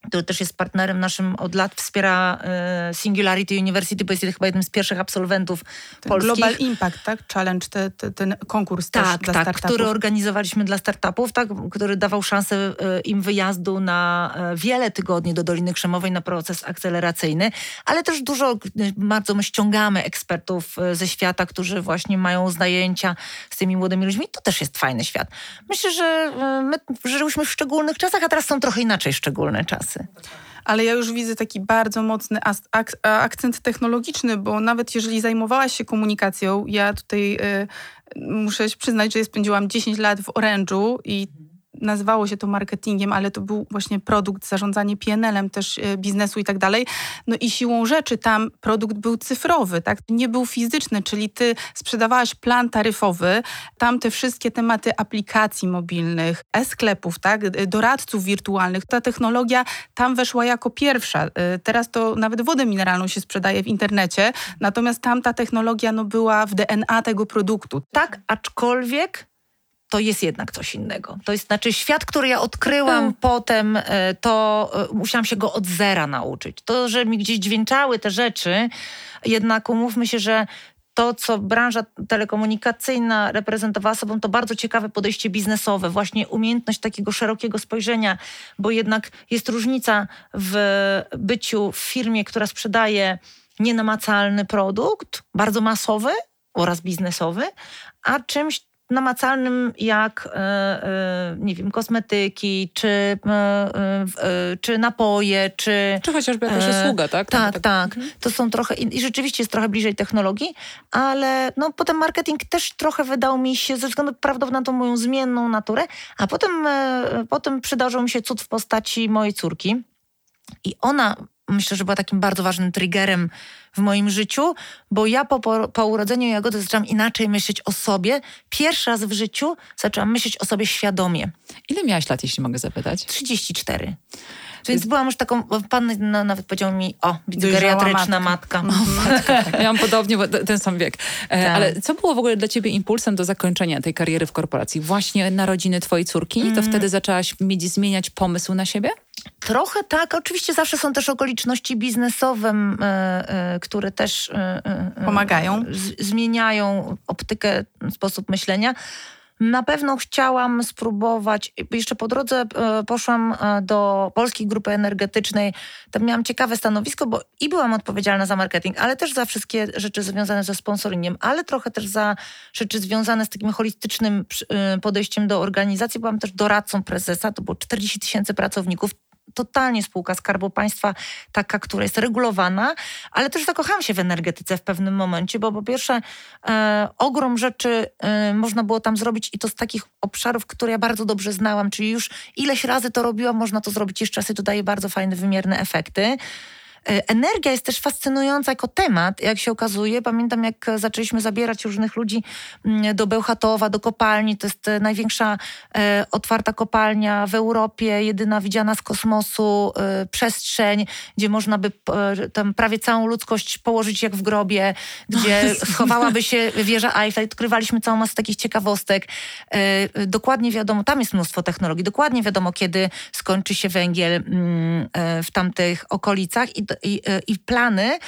który też jest partnerem naszym od lat, wspiera Singularity University, bo jest chyba jednym z pierwszych absolwentów polskich. Global Impact, tak? Challenge, ten konkurs też dla startupów. Który organizowaliśmy dla startupów, tak? Który dawał szansę im wyjazdu na wiele tygodni do Doliny Krzemowej na proces akceleracyjny, ale też bardzo my ściągamy ekspertów ze świata, którzy właśnie mają zajęcia z tymi młodymi ludźmi. To też jest fajny świat. Myślę, że my żyłyśmy w szczególnych czasach, a teraz są trochę inaczej szczególne czasy. Ale ja już widzę taki bardzo mocny akcent technologiczny, bo nawet jeżeli zajmowałaś się komunikacją, ja tutaj muszę przyznać, że spędziłam 10 lat w Orange'u i nazywało się to marketingiem, ale to był właśnie produkt, zarządzanie PNL-em też biznesu i tak dalej. No i siłą rzeczy tam produkt był cyfrowy, tak? Nie był fizyczny, czyli ty sprzedawałaś plan taryfowy, tam te wszystkie tematy aplikacji mobilnych, e-sklepów, tak? Doradców wirtualnych. Ta technologia tam weszła jako pierwsza. Teraz to nawet wodę mineralną się sprzedaje w internecie, natomiast tam ta technologia była w DNA tego produktu. Tak, aczkolwiek to jest jednak coś innego. To jest znaczy świat, który ja odkryłam potem, to musiałam się go od zera nauczyć. To, że mi gdzieś dźwięczały te rzeczy, jednak umówmy się, że to, co branża telekomunikacyjna reprezentowała sobą, to bardzo ciekawe podejście biznesowe, właśnie umiejętność takiego szerokiego spojrzenia, bo jednak jest różnica w byciu w firmie, która sprzedaje nienamacalny produkt, bardzo masowy oraz biznesowy, a czymś namacalnym jak, nie wiem, kosmetyki, czy napoje, czy chociażby jakaś usługa, tak? Tak. To są trochę, i rzeczywiście jest trochę bliżej technologii, ale potem marketing też trochę wydał mi się, ze względu prawdopodobnie na tą moją zmienną naturę, a potem przydarzył mi się cud w postaci mojej córki i ona, myślę, że była takim bardzo ważnym triggerem w moim życiu, bo ja po urodzeniu Jagody zaczęłam inaczej myśleć o sobie. Pierwszy raz w życiu zaczęłam myśleć o sobie świadomie. Ile miałaś lat, jeśli mogę zapytać? 34. Więc byłam już taką, pan nawet powiedział mi, widzę, geriatryczna matka. Tak. Miałam podobnie, bo ten sam wiek. Ale co było w ogóle dla ciebie impulsem do zakończenia tej kariery w korporacji? Właśnie narodziny twojej córki? To wtedy zaczęłaś zmieniać pomysł na siebie? Trochę tak. Oczywiście zawsze są też okoliczności biznesowe, które też pomagają. Zmieniają optykę, sposób myślenia. Na pewno chciałam spróbować, jeszcze po drodze poszłam do Polskiej Grupy Energetycznej, tam miałam ciekawe stanowisko, bo i byłam odpowiedzialna za marketing, ale też za wszystkie rzeczy związane ze sponsoringiem, ale trochę też za rzeczy związane z takim holistycznym podejściem do organizacji. Byłam też doradcą prezesa, to było 40 000 pracowników, totalnie spółka Skarbu Państwa, taka, która jest regulowana, ale też zakochałam się w energetyce w pewnym momencie, bo po pierwsze ogrom rzeczy można było tam zrobić i to z takich obszarów, które ja bardzo dobrze znałam, czyli już ileś razy to robiłam, można to zrobić jeszcze raz i to daje bardzo fajne, wymierne efekty. Energia jest też fascynująca jako temat, jak się okazuje. Pamiętam, jak zaczęliśmy zabierać różnych ludzi do Bełchatowa, do kopalni. To jest największa otwarta kopalnia w Europie, jedyna widziana z kosmosu przestrzeń, gdzie można by tam prawie całą ludzkość położyć jak w grobie, gdzie schowałaby się wieża Eiffel. Odkrywaliśmy całą masę takich ciekawostek. Dokładnie wiadomo, tam jest mnóstwo technologii, dokładnie wiadomo, kiedy skończy się węgiel w tamtych okolicach i plany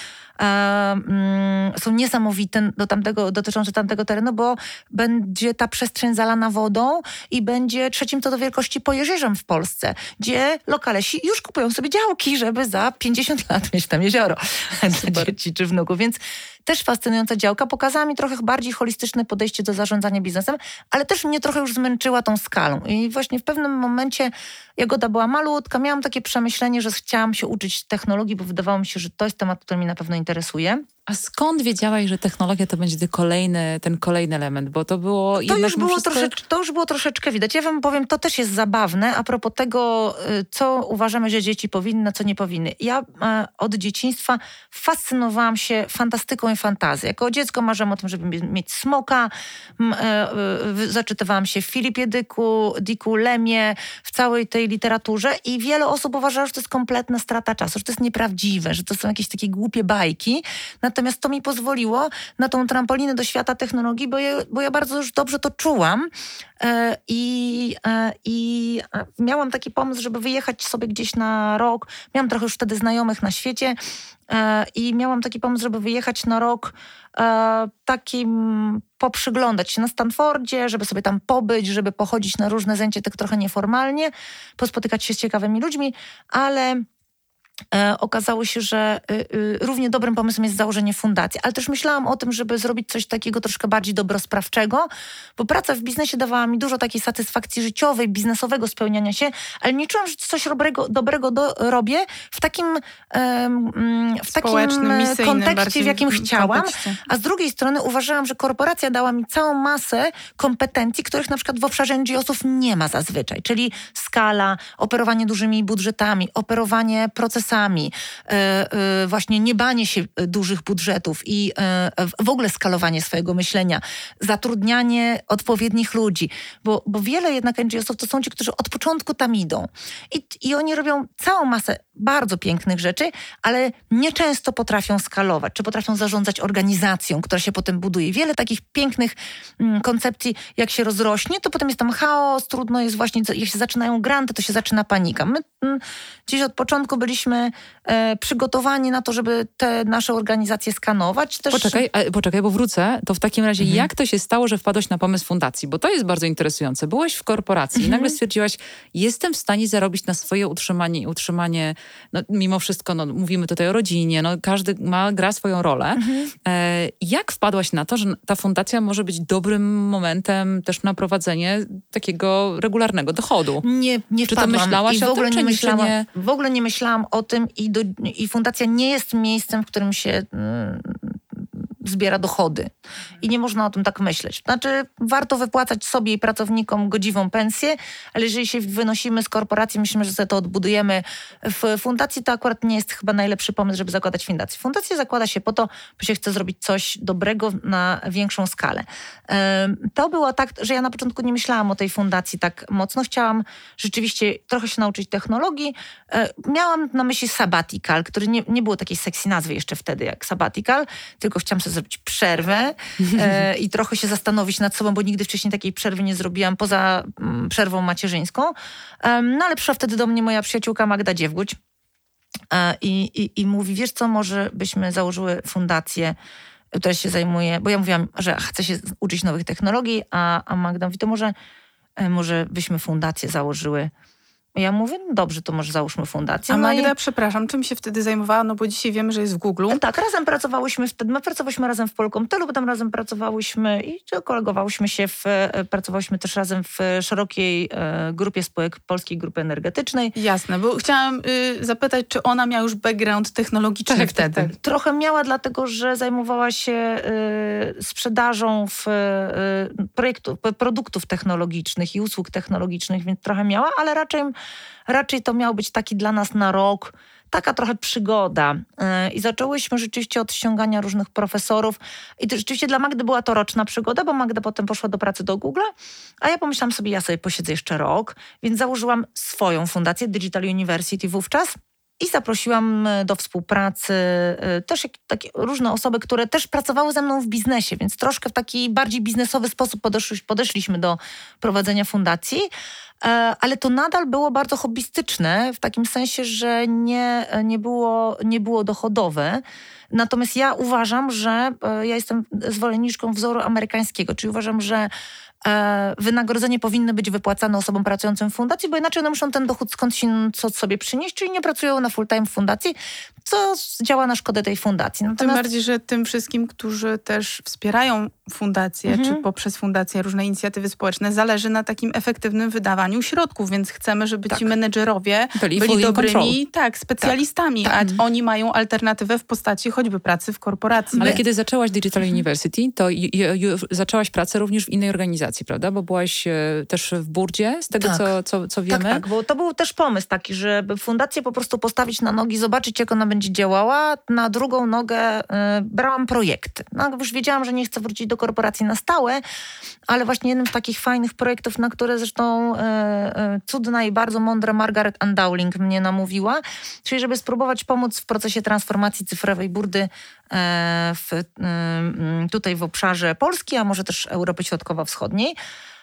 są niesamowite dotyczące tamtego terenu, bo będzie ta przestrzeń zalana wodą i będzie trzecim co do wielkości Pojezierzem w Polsce, gdzie lokalesi już kupują sobie działki, żeby za 50 lat mieć tam jezioro dla dzieci czy wnuków. Więc też fascynująca działka. Pokazała mi trochę bardziej holistyczne podejście do zarządzania biznesem, ale też mnie trochę już zmęczyła tą skalą. I właśnie w pewnym momencie Jagoda była malutka, miałam takie przemyślenie, że chciałam się uczyć technologii, bo wydawało mi się, że to jest temat, który mnie na pewno interesuje. A skąd wiedziałaś, że technologia to będzie ten kolejny element? Bo to było to już było troszeczkę widać. Ja wam powiem, to też jest zabawne a propos tego, co uważamy, że dzieci powinny, a co nie powinny. Ja od dzieciństwa fascynowałam się fantastyką i fantazją. Jako dziecko marzyłam o tym, żeby mieć smoka. Zaczytywałam się w Filipie Dicku, Lemie, w całej tej literaturze i wiele osób uważało, że to jest kompletna strata czasu, że to jest nieprawdziwe, że to są jakieś takie głupie bajki. Natomiast to mi pozwoliło na tą trampolinę do świata technologii, bo ja bardzo już dobrze to czułam i miałam taki pomysł, żeby wyjechać sobie gdzieś na rok. Miałam trochę już wtedy znajomych na świecie i miałam taki pomysł, żeby wyjechać na rok takim poprzyglądać się na Stanfordzie, żeby sobie tam pobyć, żeby pochodzić na różne zajęcia tak trochę nieformalnie, pospotykać się z ciekawymi ludźmi, ale okazało się, że równie dobrym pomysłem jest założenie fundacji. Ale też myślałam o tym, żeby zrobić coś takiego troszkę bardziej dobrosprawczego, bo praca w biznesie dawała mi dużo takiej satysfakcji życiowej, biznesowego spełniania się, ale nie czułam, że coś dobrego robię w takim kontekście, w jakim chciałam. A z drugiej strony uważałam, że korporacja dała mi całą masę kompetencji, których na przykład w obszarze NGO-sów nie ma zazwyczaj. Czyli skala, operowanie dużymi budżetami, operowanie procesami, właśnie nie banie się dużych budżetów i w ogóle skalowanie swojego myślenia, zatrudnianie odpowiednich ludzi, bo wiele jednak NGO-sów to są ci, którzy od początku tam idą i oni robią całą masę bardzo pięknych rzeczy, ale nieczęsto potrafią skalować, czy potrafią zarządzać organizacją, która się potem buduje. Wiele takich pięknych koncepcji, jak się rozrośnie, to potem jest tam chaos, trudno jest właśnie, jak się zaczynają granty, to się zaczyna panika. My gdzieś od początku byliśmy przygotowani na to, żeby te nasze organizacje skanować. Też... Poczekaj, bo wrócę. To w takim razie jak to się stało, że wpadłaś na pomysł fundacji? Bo to jest bardzo interesujące. Byłaś w korporacji i nagle stwierdziłaś, jestem w stanie zarobić na swoje utrzymanie i utrzymanie, no, mimo wszystko, no, mówimy tutaj o rodzinie, no, każdy gra swoją rolę. Jak wpadłaś na to, że ta fundacja może być dobrym momentem też na prowadzenie takiego regularnego dochodu? Nie czy to myślałaś i w ogóle o tym, w ogóle nie myślałam o tym i fundacja nie jest miejscem, w którym się zbiera dochody. I nie można o tym tak myśleć. Znaczy, warto wypłacać sobie i pracownikom godziwą pensję, ale jeżeli się wynosimy z korporacji, myślimy, że sobie to odbudujemy w fundacji, to akurat nie jest chyba najlepszy pomysł, żeby zakładać fundację. Fundację zakłada się po to, bo się chce zrobić coś dobrego na większą skalę. To było tak, że ja na początku nie myślałam o tej fundacji tak mocno. Chciałam rzeczywiście trochę się nauczyć technologii. Miałam na myśli sabbatical, który nie było takiej sexy nazwy jeszcze wtedy jak sabbatical, tylko chciałam sobie zrobić przerwę i trochę się zastanowić nad sobą, bo nigdy wcześniej takiej przerwy nie zrobiłam poza przerwą macierzyńską. No ale przyszła wtedy do mnie moja przyjaciółka Magda Dziewguć i mówi, wiesz co, może byśmy założyły fundację, która się zajmuje, bo ja mówiłam, że chcę się uczyć nowych technologii, a Magda mówi, to może byśmy fundację założyły. Ja mówię, no dobrze, to może załóżmy fundację. A Magda, przepraszam, czym się wtedy zajmowała? No bo dzisiaj wiemy, że jest w Google. Tak, razem pracowałyśmy wtedy. My pracowałyśmy razem w Polkomtelu, potem razem pracowałyśmy i kolegowałyśmy się, pracowałyśmy też razem w szerokiej grupie spółek Polskiej Grupy Energetycznej. Jasne, bo chciałam zapytać, czy ona miała już background technologiczny wtedy? Tak. Trochę miała, dlatego że zajmowała się sprzedażą produktów technologicznych i usług technologicznych, więc trochę miała, ale raczej to miał być taki dla nas na rok, taka trochę przygoda. I zaczęłyśmy rzeczywiście od ściągania różnych profesorów. I to rzeczywiście dla Magdy była to roczna przygoda, bo Magda potem poszła do pracy do Google'a, a ja pomyślałam sobie, ja sobie posiedzę jeszcze rok, więc założyłam swoją fundację Digital University wówczas. I zaprosiłam do współpracy też takie różne osoby, które też pracowały ze mną w biznesie, więc troszkę w taki bardziej biznesowy sposób podeszliśmy do prowadzenia fundacji, ale to nadal było bardzo hobbystyczne, w takim sensie, że nie było dochodowe. Natomiast ja uważam, że ja jestem zwolenniczką wzoru amerykańskiego, czyli uważam, że wynagrodzenie powinno być wypłacane osobom pracującym w fundacji, bo inaczej one muszą ten dochód co sobie przynieść, czyli nie pracują na full time w fundacji, co działa na szkodę tej fundacji. Tym bardziej, że tym wszystkim, którzy też wspierają fundację, czy poprzez fundację różne inicjatywy społeczne, zależy na takim efektywnym wydawaniu środków, więc chcemy, żeby ci menedżerowie byli dobrymi specjalistami, a oni mają alternatywę w postaci choćby pracy w korporacji. Ale kiedy zaczęłaś Digital University, to zaczęłaś pracę również w innej organizacji, prawda? Bo byłaś też w Burdzie, z tego co wiemy. Tak, bo to był też pomysł taki, żeby fundację po prostu postawić na nogi, zobaczyć, jak ona będzie działała. Na drugą nogę brałam projekty. No, już wiedziałam, że nie chcę wrócić do korporacji na stałe, ale właśnie jednym z takich fajnych projektów, na które zresztą cudna i bardzo mądra Margaret Ann Dowling mnie namówiła, czyli żeby spróbować pomóc w procesie transformacji cyfrowej Burdy tutaj w obszarze Polski, a może też Europy Środkowo-Wschodniej.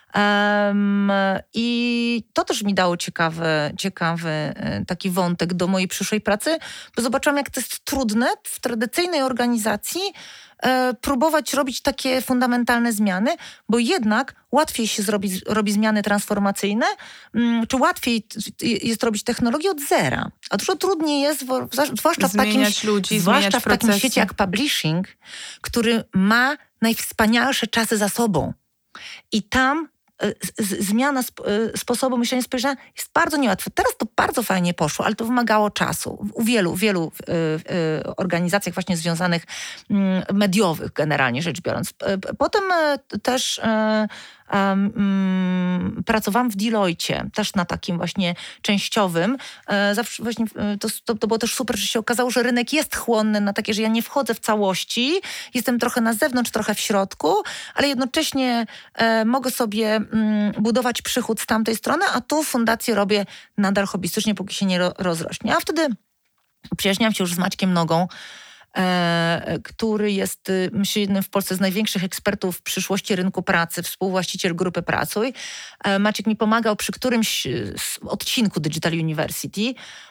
I to też mi dało ciekawy taki wątek do mojej przyszłej pracy, bo zobaczyłam, jak to jest trudne w tradycyjnej organizacji próbować robić takie fundamentalne zmiany, bo jednak łatwiej się robi zmiany transformacyjne, czy łatwiej jest robić technologię od zera. A dużo trudniej jest, zwłaszcza w takim świecie jak publishing, który ma najwspanialsze czasy za sobą. I tam zmiana sposobu myślenia, spojrzenia jest bardzo niełatwa. Teraz to bardzo fajnie poszło, ale to wymagało czasu. U wielu organizacjach właśnie związanych mediowych, generalnie rzecz biorąc. Potem też pracowałam w Deloitte, też na takim właśnie częściowym. Zawsze właśnie to było też super, że się okazało, że rynek jest chłonny na takie, że ja nie wchodzę w całości, jestem trochę na zewnątrz, trochę w środku, ale jednocześnie mogę sobie budować przychód z tamtej strony, a tu fundację robię nadal hobbystycznie, póki się nie rozrośnie. A wtedy przyjaźniałam się już z Maćkiem Nogą, który jest, myślę, jednym w Polsce z największych ekspertów w przyszłości rynku pracy, współwłaściciel grupy Pracuj. Maciek mi pomagał przy którymś odcinku Digital University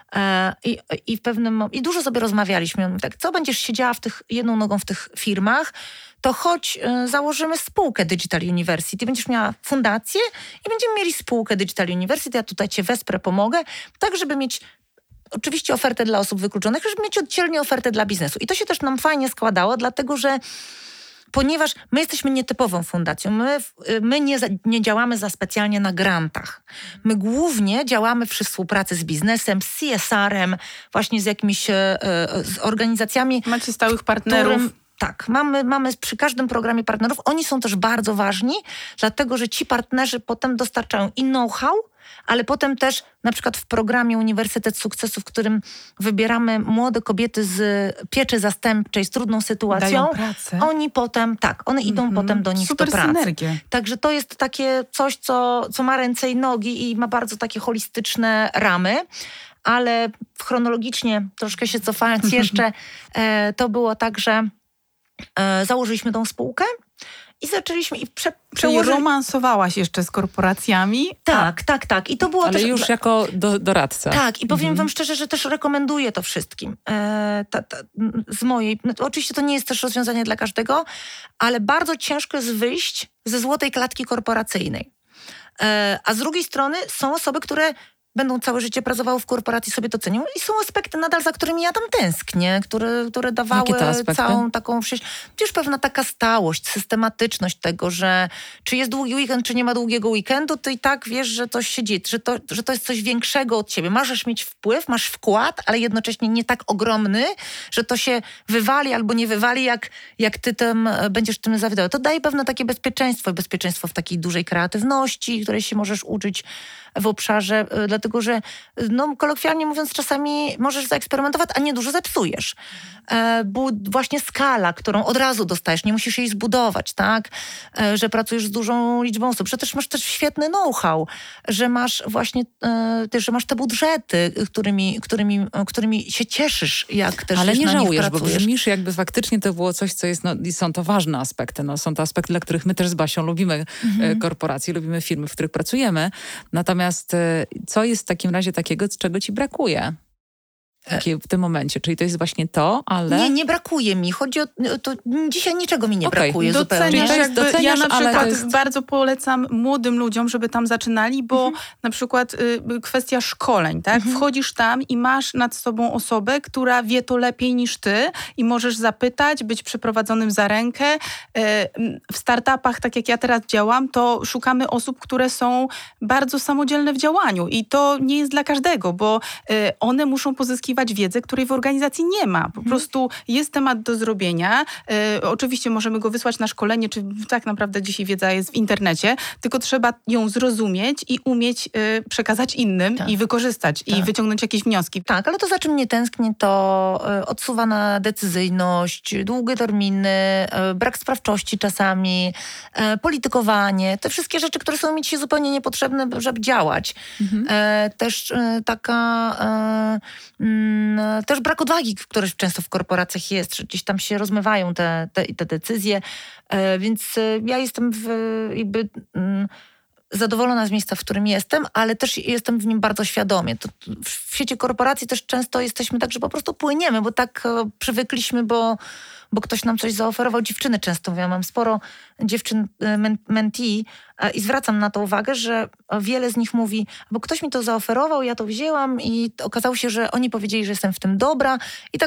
i dużo sobie rozmawialiśmy. On mówi tak, co będziesz siedziała jedną nogą w tych firmach, to chodź, założymy spółkę Digital University, będziesz miała fundację i będziemy mieli spółkę Digital University, ja tutaj cię wesprę, pomogę, tak żeby mieć oczywiście ofertę dla osób wykluczonych, żeby mieć oddzielnie ofertę dla biznesu. I to się też nam fajnie składało, dlatego że ponieważ my jesteśmy nietypową fundacją, my nie działamy za specjalnie na grantach. My głównie działamy przy współpracy z biznesem, z CSR-em, właśnie z jakimiś z organizacjami. Macie stałych partnerów. Tak, mamy przy każdym programie partnerów. Oni są też bardzo ważni, dlatego że ci partnerzy potem dostarczają i know-how, ale potem też na przykład w programie Uniwersytet Sukcesu, w którym wybieramy młode kobiety z pieczy zastępczej z trudną sytuacją. Dają pracę. Oni potem, one idą potem do nich super do pracy. Synergię. Także to jest takie coś, co ma ręce i nogi i ma bardzo takie holistyczne ramy. Ale chronologicznie, troszkę się cofając jeszcze, to było tak, że założyliśmy tą spółkę i zaczęliśmy Czyli romansowałaś jeszcze z korporacjami? Tak. I to było ale też, już jako doradca. Tak, i powiem wam szczerze, że też rekomenduję to wszystkim. Z mojej, oczywiście to nie jest też rozwiązanie dla każdego, ale bardzo ciężko jest wyjść ze złotej klatki korporacyjnej. A z drugiej strony są osoby, które będą całe życie pracowały w korporacji, sobie to cenią i są aspekty nadal, za którymi ja tam tęsknię, które dawały całą taką przecież pewna taka stałość, systematyczność tego, że czy jest długi weekend, czy nie ma długiego weekendu, ty i tak wiesz, że to się dzieje, że to jest coś większego od ciebie. Możesz mieć wpływ, masz wkład, ale jednocześnie nie tak ogromny, że to się wywali albo nie wywali, jak ty tam będziesz tym zawiadował. To daje pewne takie bezpieczeństwo w takiej dużej kreatywności, której się możesz uczyć w obszarze, dlatego że kolokwialnie mówiąc czasami możesz zaeksperymentować, a nie dużo zepsujesz. Właśnie skala, którą od razu dostajesz, nie musisz jej zbudować, tak? Że pracujesz z dużą liczbą osób, że też masz też świetny know-how, że masz właśnie że masz te budżety, którymi się cieszysz, jak też ale nie na żałujesz, nich pracujesz. Bo brzmisz, jakby faktycznie to było coś, co jest, są to ważne aspekty. Są to aspekty, dla których my też z Basią lubimy korporacje, lubimy firmy, w których pracujemy. Natomiast co jest w takim razie takiego, czego ci brakuje? W tym momencie. Czyli to jest właśnie to, ale... Nie brakuje mi. Chodzi o to, dzisiaj niczego mi nie brakuje zupełnie. Ja na przykład bardzo polecam młodym ludziom, żeby tam zaczynali, bo na przykład kwestia szkoleń, tak? Wchodzisz tam i masz nad sobą osobę, która wie to lepiej niż ty i możesz zapytać, być przeprowadzonym za rękę. W startupach, tak jak ja teraz działam, to szukamy osób, które są bardzo samodzielne w działaniu i to nie jest dla każdego, bo one muszą pozyskiwać wiedzę, której w organizacji nie ma. Po prostu jest temat do zrobienia. Oczywiście możemy go wysłać na szkolenie, czy tak naprawdę dzisiaj wiedza jest w internecie, tylko trzeba ją zrozumieć i umieć przekazać innym i wykorzystać i wyciągnąć jakieś wnioski. Tak, ale to za czym mnie tęsknię, to odsuwana decyzyjność, długie terminy, brak sprawczości czasami, politykowanie, te wszystkie rzeczy, które są mi dzisiaj zupełnie niepotrzebne, żeby działać. Też taka też brak odwagi, który często w korporacjach jest, że gdzieś tam się rozmywają te decyzje, więc ja jestem zadowolona z miejsca, w którym jestem, ale też jestem w nim bardzo świadomie. W świecie korporacji też często jesteśmy tak, że po prostu płyniemy, bo tak przywykliśmy, bo ktoś nam coś zaoferował. Dziewczyny często mówią, mam sporo dziewczyn mentee i zwracam na to uwagę, że wiele z nich mówi, bo ktoś mi to zaoferował, ja to wzięłam i okazało się, że oni powiedzieli, że jestem w tym dobra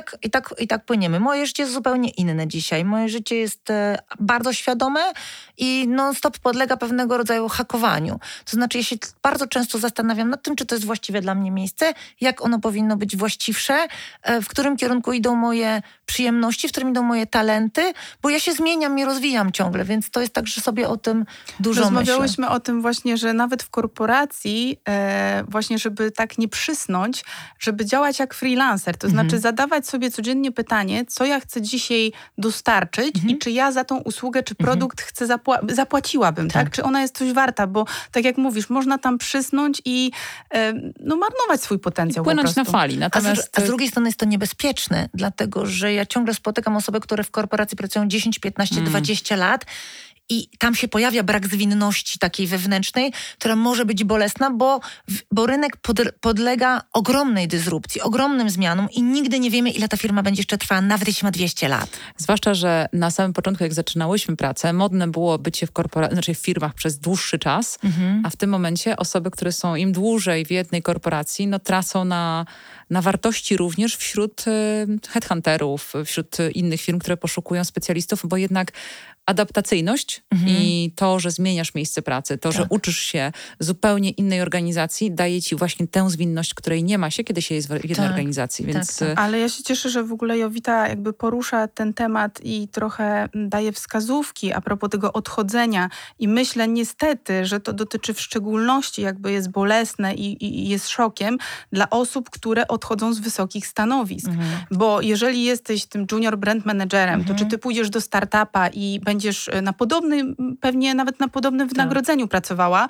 i tak płyniemy. Moje życie jest zupełnie inne dzisiaj. Moje życie jest bardzo świadome i non-stop podlega pewnego rodzaju hakowaniu. To znaczy ja się bardzo często zastanawiam nad tym, czy to jest właściwe dla mnie miejsce, jak ono powinno być właściwsze, w którym kierunku idą moje przyjemności, w którym idą moje talenty, bo ja się zmieniam i rozwijam ciągle, więc to jest tak, że sobie o tym dużo myślę. Rozmawiałyśmy o tym właśnie, że nawet w korporacji właśnie, żeby tak nie przysnąć, żeby działać jak freelancer, to znaczy zadawać sobie codziennie pytanie, co ja chcę dzisiaj dostarczyć i czy ja za tą usługę czy produkt chcę zapłaciłabym, tak? Czy ona jest coś warta, bo tak jak mówisz, można tam przysnąć i marnować swój potencjał. I płynąć na fali. Natomiast a z drugiej strony jest to niebezpieczne, dlatego że ja ciągle spotykam osoby, które w korporacji pracują 10, 15, 20 lat i tam się pojawia brak zwinności takiej wewnętrznej, która może być bolesna, bo rynek podlega ogromnej dysrupcji, ogromnym zmianom i nigdy nie wiemy, ile ta firma będzie jeszcze trwała, nawet jeśli ma 200 lat. Zwłaszcza, że na samym początku, jak zaczynałyśmy pracę, modne było bycie w firmach przez dłuższy czas, a w tym momencie osoby, które są im dłużej w jednej korporacji, tracą na wartości również wśród headhunterów, wśród innych firm, które poszukują specjalistów, bo jednak adaptacyjność i to, że zmieniasz miejsce pracy, to, że uczysz się zupełnie innej organizacji, daje ci właśnie tę zwinność, której nie ma się, kiedy się jest w jednej organizacji. Więc... Ale ja się cieszę, że w ogóle Jowita jakby porusza ten temat i trochę daje wskazówki a propos tego odchodzenia i myślę niestety, że to dotyczy w szczególności jakby jest bolesne i jest szokiem dla osób, które odchodzą z wysokich stanowisk. Bo jeżeli jesteś tym junior brand managerem, to czy ty pójdziesz do startupa i będziesz na podobnym, pewnie nawet na podobnym wynagrodzeniu pracowała,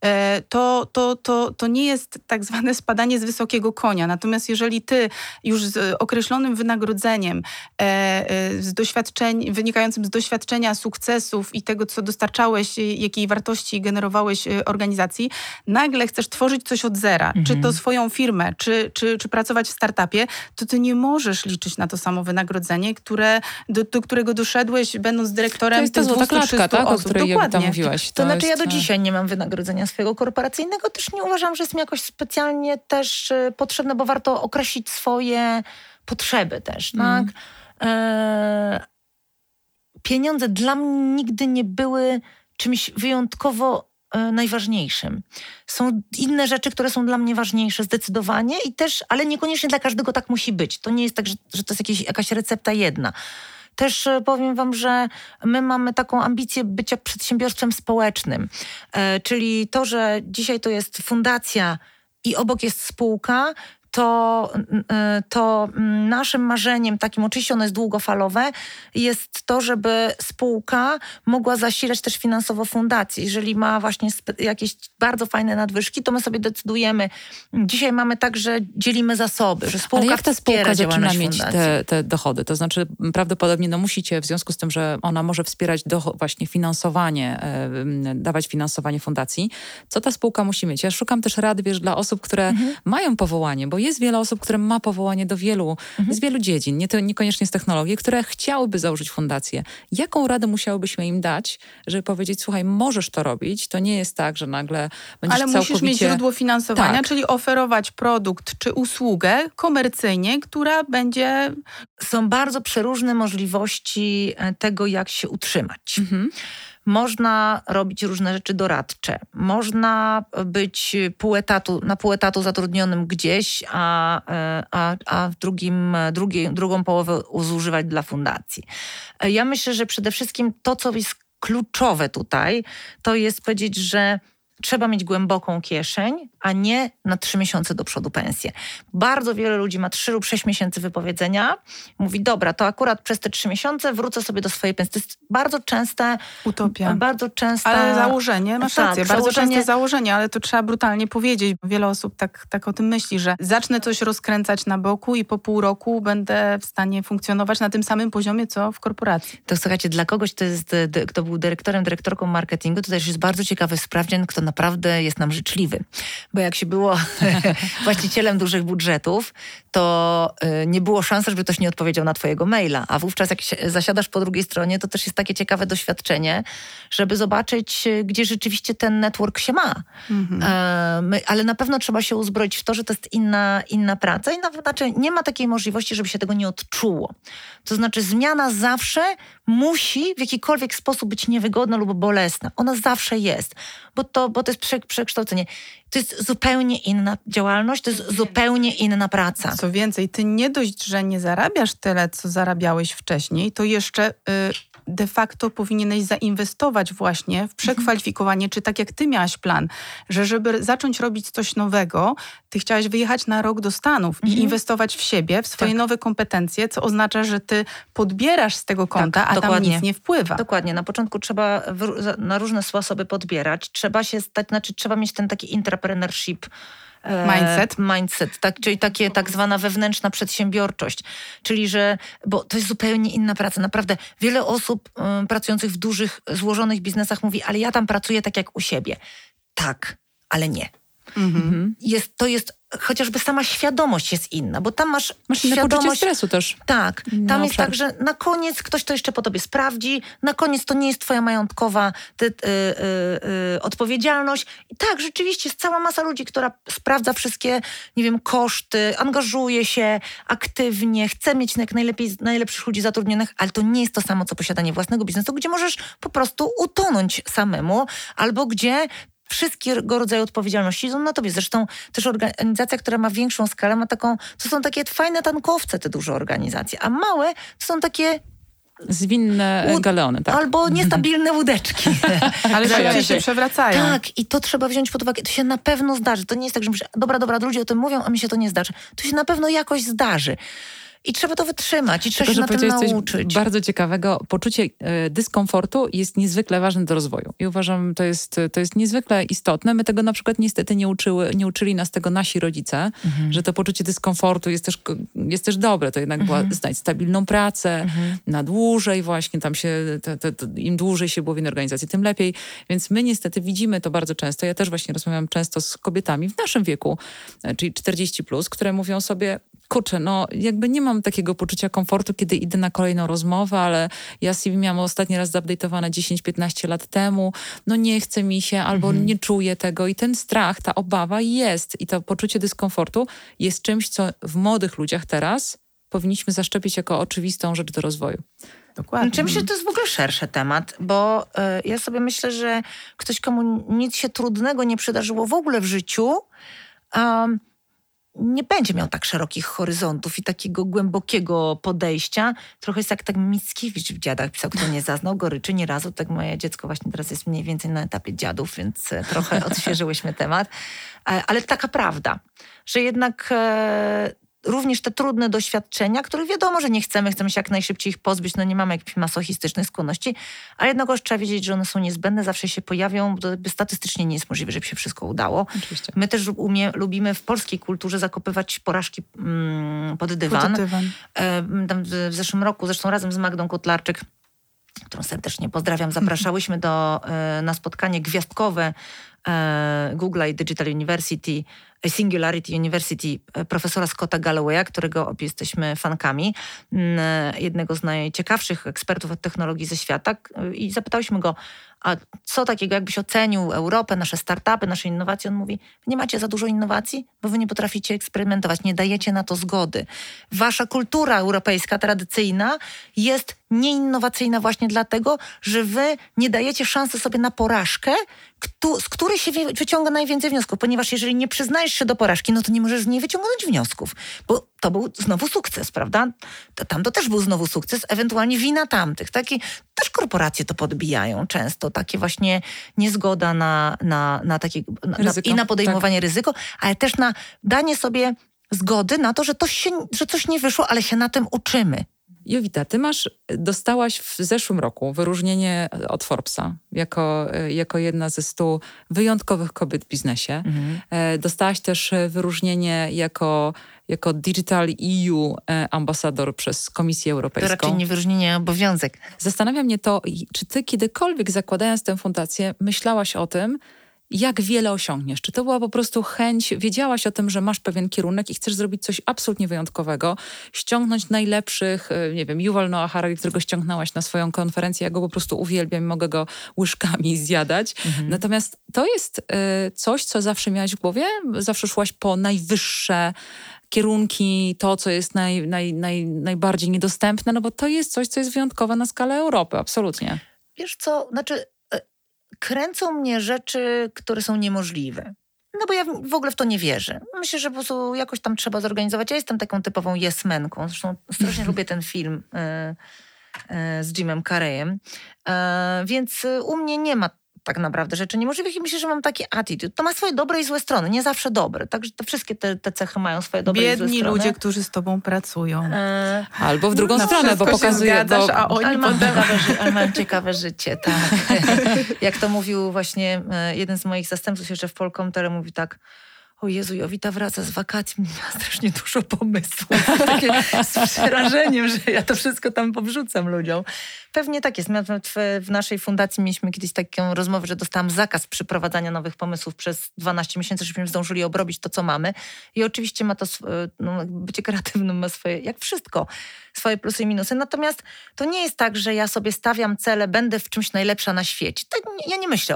to nie jest tak zwane spadanie z wysokiego konia. Natomiast jeżeli ty już z określonym wynagrodzeniem, wynikającym z doświadczenia, sukcesów i tego, co dostarczałeś, jakiej wartości generowałeś organizacji, nagle chcesz tworzyć coś od zera, czy to swoją firmę, czy pracować w startupie, to ty nie możesz liczyć na to samo wynagrodzenie, do którego doszedłeś, będąc dyrektorem. To jest ta złota klaczka, tak, o której tam mówiłaś. To znaczy ja do dzisiaj nie mam wynagrodzenia swojego korporacyjnego, też nie uważam, że jest mi jakoś specjalnie też potrzebne, bo warto określić swoje potrzeby też, tak? Pieniądze dla mnie nigdy nie były czymś wyjątkowo najważniejszym. Są inne rzeczy, które są dla mnie ważniejsze zdecydowanie i też, ale niekoniecznie dla każdego tak musi być. To nie jest tak, że to jest jakaś recepta jedna. Też powiem wam, że my mamy taką ambicję bycia przedsiębiorstwem społecznym. Czyli to, że dzisiaj to jest fundacja i obok jest spółka, to naszym marzeniem, takim oczywiście ono jest długofalowe, jest to, żeby spółka mogła zasilać też finansowo fundację. Jeżeli ma właśnie jakieś bardzo fajne nadwyżki, to my sobie decydujemy. Dzisiaj mamy tak, że dzielimy zasoby, że spółka. Ale jak ta spółka zaczyna mieć te dochody? To znaczy prawdopodobnie musicie, w związku z tym, że ona może wspierać właśnie finansowanie, dawać finansowanie fundacji. Co ta spółka musi mieć? Ja szukam też rad, dla osób, które mają powołanie, bo jest wiele osób, które ma powołanie z wielu dziedzin, niekoniecznie z technologii, które chciałyby założyć fundację. Jaką radę musiałybyśmy im dać, żeby powiedzieć, słuchaj, możesz to robić, to nie jest tak, że nagle będziesz Ale musisz mieć źródło finansowania, czyli oferować produkt czy usługę komercyjnie, która będzie... Są bardzo przeróżne możliwości tego, jak się utrzymać. Można robić różne rzeczy doradcze. Można być na pół etatu zatrudnionym gdzieś, a drugą połowę zużywać dla fundacji. Ja myślę, że przede wszystkim to, co jest kluczowe tutaj, to jest powiedzieć, że trzeba mieć głęboką kieszeń, a nie na 3 miesiące do przodu pensję. Bardzo wiele ludzi ma 3 lub 6 miesięcy wypowiedzenia. Mówi, dobra, to akurat przez te 3 miesiące wrócę sobie do swojej pensji. To jest bardzo częste... Utopia. Bardzo często. Ale założenie, masz rację, bardzo częste założenie, ale to trzeba brutalnie powiedzieć. Wiele osób tak o tym myśli, że zacznę coś rozkręcać na boku i po pół roku będę w stanie funkcjonować na tym samym poziomie, co w korporacji. To słuchajcie, dla kogoś, kto był dyrektorką marketingu, to też jest bardzo ciekawy sprawdzian, kto naprawdę jest nam życzliwy. Bo jak się było właścicielem dużych budżetów, to nie było szans, żeby ktoś nie odpowiedział na twojego maila. A wówczas jak zasiadasz po drugiej stronie, to też jest takie ciekawe doświadczenie, żeby zobaczyć, gdzie rzeczywiście ten network się ma. Ale na pewno trzeba się uzbroić w to, że to jest inna praca i znaczy nie ma takiej możliwości, żeby się tego nie odczuło. To znaczy zmiana zawsze musi w jakikolwiek sposób być niewygodna lub bolesna. Ona zawsze jest, bo to jest przekształcenie. To jest zupełnie inna działalność, to jest zupełnie inna praca. Co więcej, ty nie dość, że nie zarabiasz tyle, co zarabiałeś wcześniej, to jeszcze de facto powinieneś zainwestować właśnie w przekwalifikowanie, czy tak jak ty miałaś plan, że żeby zacząć robić coś nowego, ty chciałaś wyjechać na rok do Stanów i inwestować w siebie, w swoje nowe kompetencje, co oznacza, że ty podbierasz z tego konta, a dokładnie. Tam nic nie wpływa. Dokładnie. Na początku trzeba na różne sposoby podbierać. Trzeba mieć ten taki entrepreneurship mindset, tak, czyli tak zwana wewnętrzna przedsiębiorczość. Czyli, bo to jest zupełnie inna praca. Naprawdę wiele osób pracujących w dużych, złożonych biznesach mówi, ale ja tam pracuję tak jak u siebie. Tak, ale nie. To jest chociażby sama świadomość jest inna, bo tam masz inne świadomość poczucie stresu też. Tak, tam jest tak, że na koniec ktoś to jeszcze po tobie sprawdzi, na koniec to nie jest twoja majątkowa odpowiedzialność. I tak, rzeczywiście jest cała masa ludzi, która sprawdza wszystkie, nie wiem, koszty, angażuje się aktywnie, chce mieć jak najlepszych ludzi zatrudnionych, ale to nie jest to samo, co posiadanie własnego biznesu, gdzie możesz po prostu utonąć samemu, albo gdzie wszystkiego rodzaju odpowiedzialności są na tobie. Zresztą też organizacja, która ma większą skalę, to są takie fajne tankowce, te duże organizacje, a małe to są takie zwinne galeony, tak. Albo niestabilne łódeczki. Ale rzeczy się przewracają. Tak, i to trzeba wziąć pod uwagę. To się na pewno zdarzy. To nie jest tak, że myślę, dobra, ludzie o tym mówią, a mi się to nie zdarzy. To się na pewno jakoś zdarzy. I trzeba to wytrzymać i trzeba się na tym nauczyć. Coś bardzo ciekawego. Poczucie dyskomfortu jest niezwykle ważne do rozwoju. I uważam, to jest niezwykle istotne. My tego na przykład niestety nie uczyli nas tego nasi rodzice, że to poczucie dyskomfortu jest też dobre. To jednak była znać stabilną pracę na dłużej właśnie. Tam się, im dłużej się było w innej organizacji, tym lepiej. Więc my niestety widzimy to bardzo często. Ja też właśnie rozmawiam często z kobietami w naszym wieku, czyli 40+, które mówią sobie, kurczę, jakby nie mam takiego poczucia komfortu, kiedy idę na kolejną rozmowę, ale ja CV miałam ostatni raz zupdate'owane 10-15 lat temu, nie chce mi się, albo nie czuję tego i ten strach, ta obawa jest i to poczucie dyskomfortu jest czymś, co w młodych ludziach teraz powinniśmy zaszczepić jako oczywistą rzecz do rozwoju. Dokładnie. Myślę, że to jest w ogóle szerszy temat, bo ja sobie myślę, że ktoś, komu nic się trudnego nie przydarzyło w ogóle w życiu, nie będzie miał tak szerokich horyzontów i takiego głębokiego podejścia. Trochę jest jak tak Mickiewicz w Dziadach pisał, kto nie zaznał goryczy nie razu. Tak moje dziecko właśnie teraz jest mniej więcej na etapie dziadów, więc trochę odświeżyłyśmy temat. Ale taka prawda, że jednak również te trudne doświadczenia, których wiadomo, że nie chcemy się jak najszybciej ich pozbyć, nie mamy jakichś masochistycznych skłonności, ale jednakowoż trzeba wiedzieć, że one są niezbędne, zawsze się pojawią, bo statystycznie nie jest możliwe, żeby się wszystko udało. Oczywiście. My też lubimy w polskiej kulturze zakopywać porażki pod dywan. Tam w zeszłym roku, zresztą razem z Magdą Kotlarczyk, którą serdecznie pozdrawiam, zapraszałyśmy na spotkanie gwiazdkowe Google i Digital University, Singularity University, profesora Scotta Gallowaya, którego jesteśmy fankami, jednego z najciekawszych ekspertów od technologii ze świata, i zapytałyśmy go, a co takiego, jakbyś ocenił Europę, nasze startupy, nasze innowacje? On mówi, nie macie za dużo innowacji, bo wy nie potraficie eksperymentować, nie dajecie na to zgody. Wasza kultura europejska, tradycyjna jest nieinnowacyjna właśnie dlatego, że wy nie dajecie szansy sobie na porażkę, z której się wyciąga najwięcej wniosków, ponieważ jeżeli nie przyznajesz się do porażki, to nie możesz z niej wyciągnąć wniosków, bo to był znowu sukces, prawda? Tam to też był znowu sukces, ewentualnie wina tamtych. Też korporacje to podbijają często, takie właśnie niezgoda na takie, i na podejmowanie ryzyko, ale też na danie sobie zgody na to, że coś nie wyszło, ale się na tym uczymy. Jowita, ty dostałaś w zeszłym roku wyróżnienie od Forbesa jako jedna ze 100 wyjątkowych kobiet w biznesie. Dostałaś też wyróżnienie jako Digital EU ambasador przez Komisję Europejską. To raczej nie wyróżnienie, a obowiązek. Zastanawia mnie to, czy ty kiedykolwiek, zakładając tę fundację, myślałaś o tym, jak wiele osiągniesz? Czy to była po prostu chęć, wiedziałaś o tym, że masz pewien kierunek i chcesz zrobić coś absolutnie wyjątkowego, ściągnąć najlepszych, nie wiem, Yuval Noah Harari, którego ściągnęłaś na swoją konferencję, ja go po prostu uwielbiam i mogę go łyżkami zjadać. Natomiast to jest coś, co zawsze miałaś w głowie? Zawsze szłaś po najwyższe kierunki, to, co jest najbardziej niedostępne, no bo to jest coś, co jest wyjątkowe na skalę Europy, absolutnie. Wiesz co, kręcą mnie rzeczy, które są niemożliwe. No bo ja w ogóle w to nie wierzę. Myślę, że po prostu jakoś tam trzeba zorganizować. Ja jestem taką typową yes-menką. Zresztą strasznie lubię ten film z Jimem Carreyem. Więc u mnie nie ma tak naprawdę rzeczy niemożliwych i myślę, że mam taki attitude. To ma swoje dobre i złe strony, nie zawsze dobre. Także wszystkie te cechy mają swoje dobre i złe strony. Biedni ludzie, którzy z tobą pracują. Albo w drugą stronę, bo pokazuje... Ale mam ciekawe życie, tak. Jak to mówił właśnie jeden z moich zastępców jeszcze w Polkomterze, mówi tak: o Jezu, Jowita wraca z wakacji, miała strasznie dużo pomysłów. Takie z przerażeniem, że ja to wszystko tam powrzucam ludziom. Pewnie tak jest. W naszej fundacji mieliśmy kiedyś taką rozmowę, że dostałam zakaz przyprowadzania nowych pomysłów przez 12 miesięcy, żebyśmy zdążyli obrobić to, co mamy. I oczywiście ma to, bycie kreatywnym ma swoje, jak wszystko, swoje plusy i minusy. Natomiast to nie jest tak, że ja sobie stawiam cele, będę w czymś najlepsza na świecie. Ja nie myślę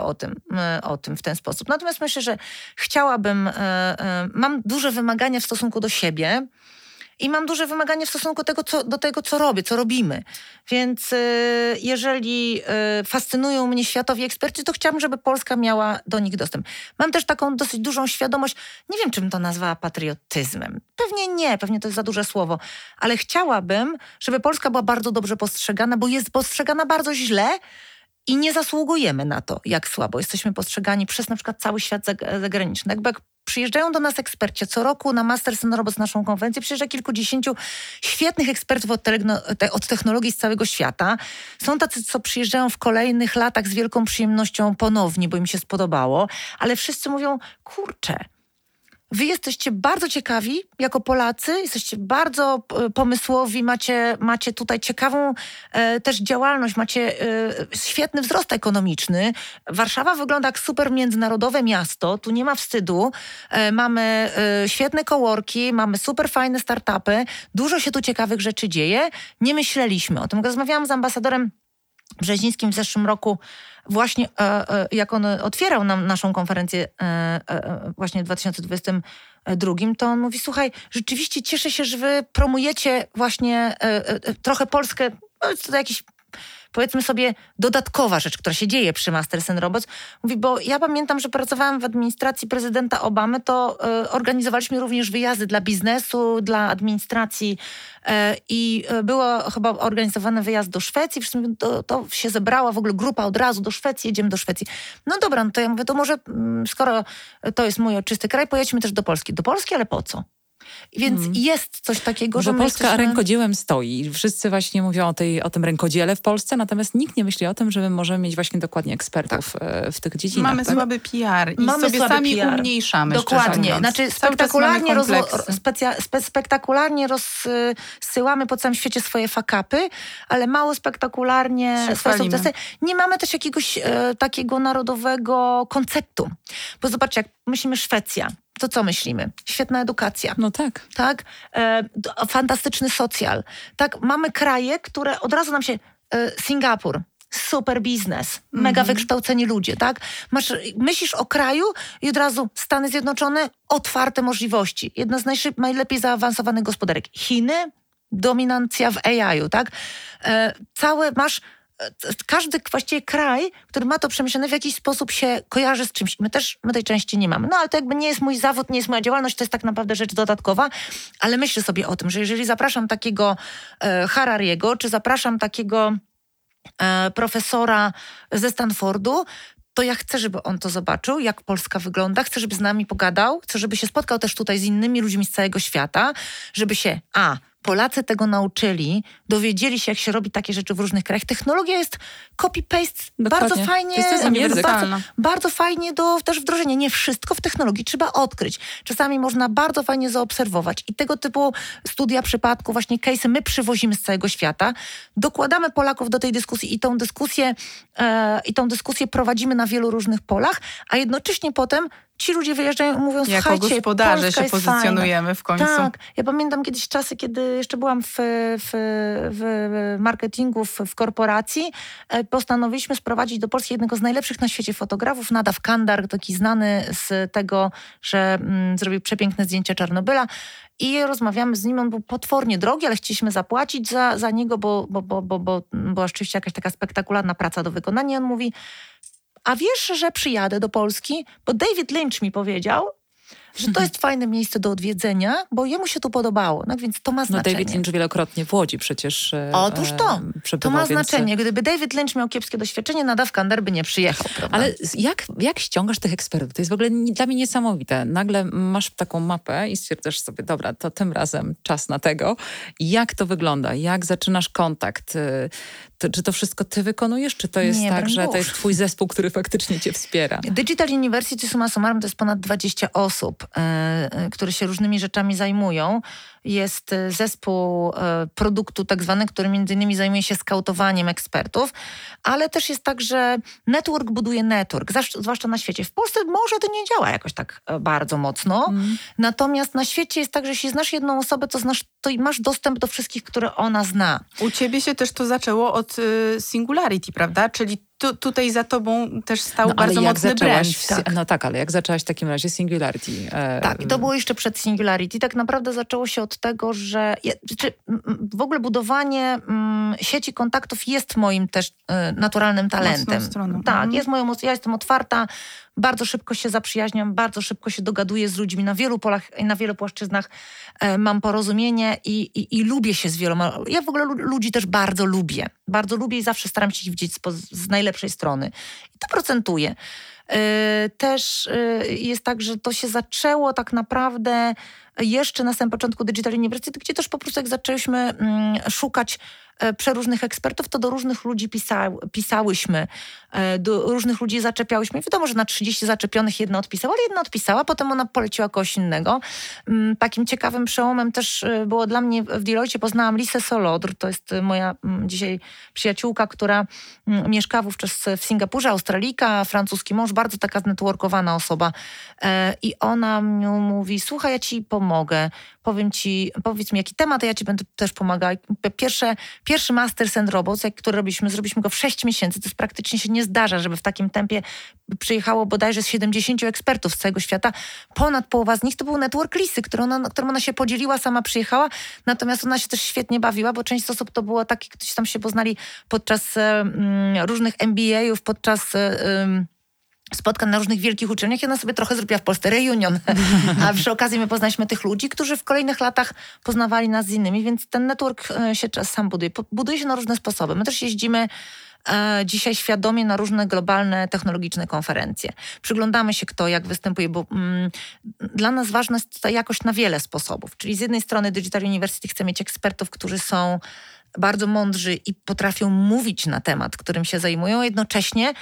o tym w ten sposób. Natomiast myślę, że chciałabym, mam duże wymagania w stosunku do siebie i mam duże wymagania w stosunku do tego, co robię, co robimy. Więc jeżeli fascynują mnie światowi eksperci, to chciałabym, żeby Polska miała do nich dostęp. Mam też taką dosyć dużą świadomość, nie wiem, czym to nazwała patriotyzmem. Pewnie nie, pewnie to jest za duże słowo, ale chciałabym, żeby Polska była bardzo dobrze postrzegana, bo jest postrzegana bardzo źle i nie zasługujemy na to, jak słabo jesteśmy postrzegani przez na przykład cały świat zagraniczny. Jakby jak przyjeżdżają do nas eksperci, co roku na Masters and Robots, naszą konwencję, przyjeżdża kilkudziesięciu świetnych ekspertów od technologii z całego świata. Są tacy, co przyjeżdżają w kolejnych latach z wielką przyjemnością ponownie, bo im się spodobało, ale wszyscy mówią, kurczę, wy jesteście bardzo ciekawi jako Polacy, jesteście bardzo pomysłowi, macie tutaj ciekawą też działalność, macie świetny wzrost ekonomiczny. Warszawa wygląda jak super międzynarodowe miasto, tu nie ma wstydu, mamy świetne coworki, mamy super fajne startupy, dużo się tu ciekawych rzeczy dzieje. Nie myśleliśmy o tym. Rozmawiałam z ambasadorem Brzezińskim w zeszłym roku, właśnie jak on otwierał nam naszą konferencję właśnie w 2022, to on mówi, słuchaj, rzeczywiście cieszę się, że wy promujecie właśnie trochę Polskę, to jakiś, powiedzmy sobie, dodatkowa rzecz, która się dzieje przy Masters and Robots. Mówi, bo ja pamiętam, że pracowałam w administracji prezydenta Obamy, to organizowaliśmy również wyjazdy dla biznesu, dla administracji i było chyba organizowany wyjazd do Szwecji. Wszyscy mówią, to się zebrała w ogóle grupa od razu do Szwecji, jedziemy do Szwecji. No dobra, no to ja mówię, to może skoro to jest mój ojczysty kraj, pojedźmy też do Polski. Do Polski, ale po co? Więc jest coś takiego, że Polska rękodziełem stoi. Wszyscy właśnie mówią o tym rękodziele w Polsce, natomiast nikt nie myśli o tym, że my możemy mieć właśnie dokładnie ekspertów w tych dziedzinach. Mamy słaby PR i sobie sami PR. Umniejszamy. Dokładnie. Znaczy spektakularnie rozsyłamy po całym świecie swoje fuck-upy, ale mało spektakularnie swoje sukcesy. Nie mamy też jakiegoś takiego narodowego konceptu. Bo zobaczcie, jak myślimy Szwecja, to co myślimy? Świetna edukacja. No tak. Tak? Fantastyczny socjal. Tak? Mamy kraje, które od razu nam się... Singapur. Super biznes. Mega wykształceni ludzie. Tak? Myślisz o kraju i od razu Stany Zjednoczone, otwarte możliwości. Jedna z najlepiej zaawansowanych gospodarek. Chiny, dominancja w AI-u. Tak? Masz każdy właściwie kraj, który ma to przemyślane, w jakiś sposób się kojarzy z czymś. My tej części nie mamy. No ale to jakby nie jest mój zawód, nie jest moja działalność, to jest tak naprawdę rzecz dodatkowa, ale myślę sobie o tym, że jeżeli zapraszam takiego Harariego, czy zapraszam takiego profesora ze Stanfordu, to ja chcę, żeby on to zobaczył, jak Polska wygląda, chcę, żeby z nami pogadał, chcę, żeby się spotkał też tutaj z innymi ludźmi z całego świata, żeby się Polacy tego nauczyli, dowiedzieli się, jak się robi takie rzeczy w różnych krajach. Technologia jest copy-paste, bardzo fajnie, bardzo fajnie do też wdrożenia. Nie wszystko w technologii trzeba odkryć. Czasami można bardzo fajnie zaobserwować. I tego typu studia przypadku, właśnie case'y my przywozimy z całego świata. Dokładamy Polaków do tej dyskusji i tą dyskusję prowadzimy na wielu różnych polach, a jednocześnie potem ci ludzie wyjeżdżają i mówią, jako słuchajcie, gospodarze Polska się pozycjonujemy fajna. w końcu. Tak. Ja pamiętam kiedyś czasy, kiedy jeszcze byłam w marketingu w korporacji. Postanowiliśmy sprowadzić do Polski jednego z najlepszych na świecie fotografów, Nadav Kandar, taki znany z tego, że zrobił przepiękne zdjęcia Czarnobyla. I rozmawiamy z nim, on był potwornie drogi, ale chcieliśmy zapłacić za niego, bo była rzeczywiście jakaś taka spektakularna praca do wykonania. I on mówi, a wiesz, że przyjadę do Polski? Bo David Lynch mi powiedział, że to jest fajne miejsce do odwiedzenia, bo jemu się tu podobało. No więc to ma znaczenie. No David Lynch wielokrotnie w Łodzi przecież Otóż to ma więc... znaczenie. Gdyby David Lynch miał kiepskie doświadczenie, Nadav Kandar by nie przyjechał. Prawda? Ale jak ściągasz tych ekspertów? To jest w ogóle dla mnie niesamowite. Nagle masz taką mapę i stwierdzasz sobie, dobra, to tym razem czas na tego. Jak to wygląda? Jak zaczynasz kontakt? Czy to wszystko ty wykonujesz? Czy to jest tak, że to jest twój zespół, który faktycznie cię wspiera? Digital University summa summarum to jest ponad 20 osób, które się różnymi rzeczami zajmują. Jest zespół produktu tak zwany, który między innymi zajmuje się skautowaniem ekspertów, ale też jest tak, że network buduje network, zwłaszcza na świecie. W Polsce może to nie działa jakoś tak bardzo mocno, natomiast na świecie jest tak, że jeśli znasz jedną osobę, to masz dostęp do wszystkich, które ona zna. U ciebie się też to zaczęło od Singularity, prawda? Czyli tutaj za tobą też stał bardzo mocny brand. No tak, ale jak zaczęłaś w takim razie Singularity? Tak, i to było jeszcze przed Singularity. Tak naprawdę zaczęło się od tego, że w ogóle budowanie sieci kontaktów jest moim też naturalnym talentem. Mocną stroną. Tak, ja jestem otwarta, bardzo szybko się zaprzyjaźniam, bardzo szybko się dogaduję z ludźmi na wielu polach i na wielu płaszczyznach. Mam porozumienie i lubię się z wieloma. Ja w ogóle ludzi też bardzo lubię. Bardzo lubię i zawsze staram się ich widzieć z najlepszej strony. I to procentuje. Też jest tak, że to się zaczęło tak naprawdę jeszcze na samym początku Digital University, gdzie też po prostu jak zaczęliśmy szukać przeróżnych ekspertów, to do różnych ludzi pisałyśmy, do różnych ludzi zaczepiałyśmy. I wiadomo, że na 30 zaczepionych jedna odpisała, ale jedna odpisała, potem ona poleciła kogoś innego. Takim ciekawym przełomem też było dla mnie w Deloitte, poznałam Lisę Solodr, to jest moja dzisiaj przyjaciółka, która mieszka wówczas w Singapurze, Australijka, francuski mąż, bardzo taka znetworkowana osoba. I ona mi mówi, słuchaj, ja ci pomogę, powiedz mi jaki temat, a ja ci będę też pomagała. Pierwszy Masters and Robots, który zrobiliśmy go w 6 miesięcy. To praktycznie się nie zdarza, żeby w takim tempie przyjechało bodajże z 70 ekspertów z całego świata. Ponad połowa z nich to był network Lisy, którą ona się podzieliła, sama przyjechała. Natomiast ona się też świetnie bawiła, bo część osób to było takie, którzy tam się poznali podczas różnych MBA-ów, podczas spotkań na różnych wielkich uczelniach. Jedna sobie trochę zrobiła w Polsce reunion, a przy okazji my poznaliśmy tych ludzi, którzy w kolejnych latach poznawali nas z innymi, więc ten network się sam buduje. Buduje się na różne sposoby. My też jeździmy dzisiaj świadomie na różne globalne, technologiczne konferencje. Przyglądamy się, kto jak występuje, bo dla nas ważna jest ta jakość na wiele sposobów. Czyli z jednej strony Digital University chce mieć ekspertów, którzy są bardzo mądrzy i potrafią mówić na temat, którym się zajmują, jednocześnie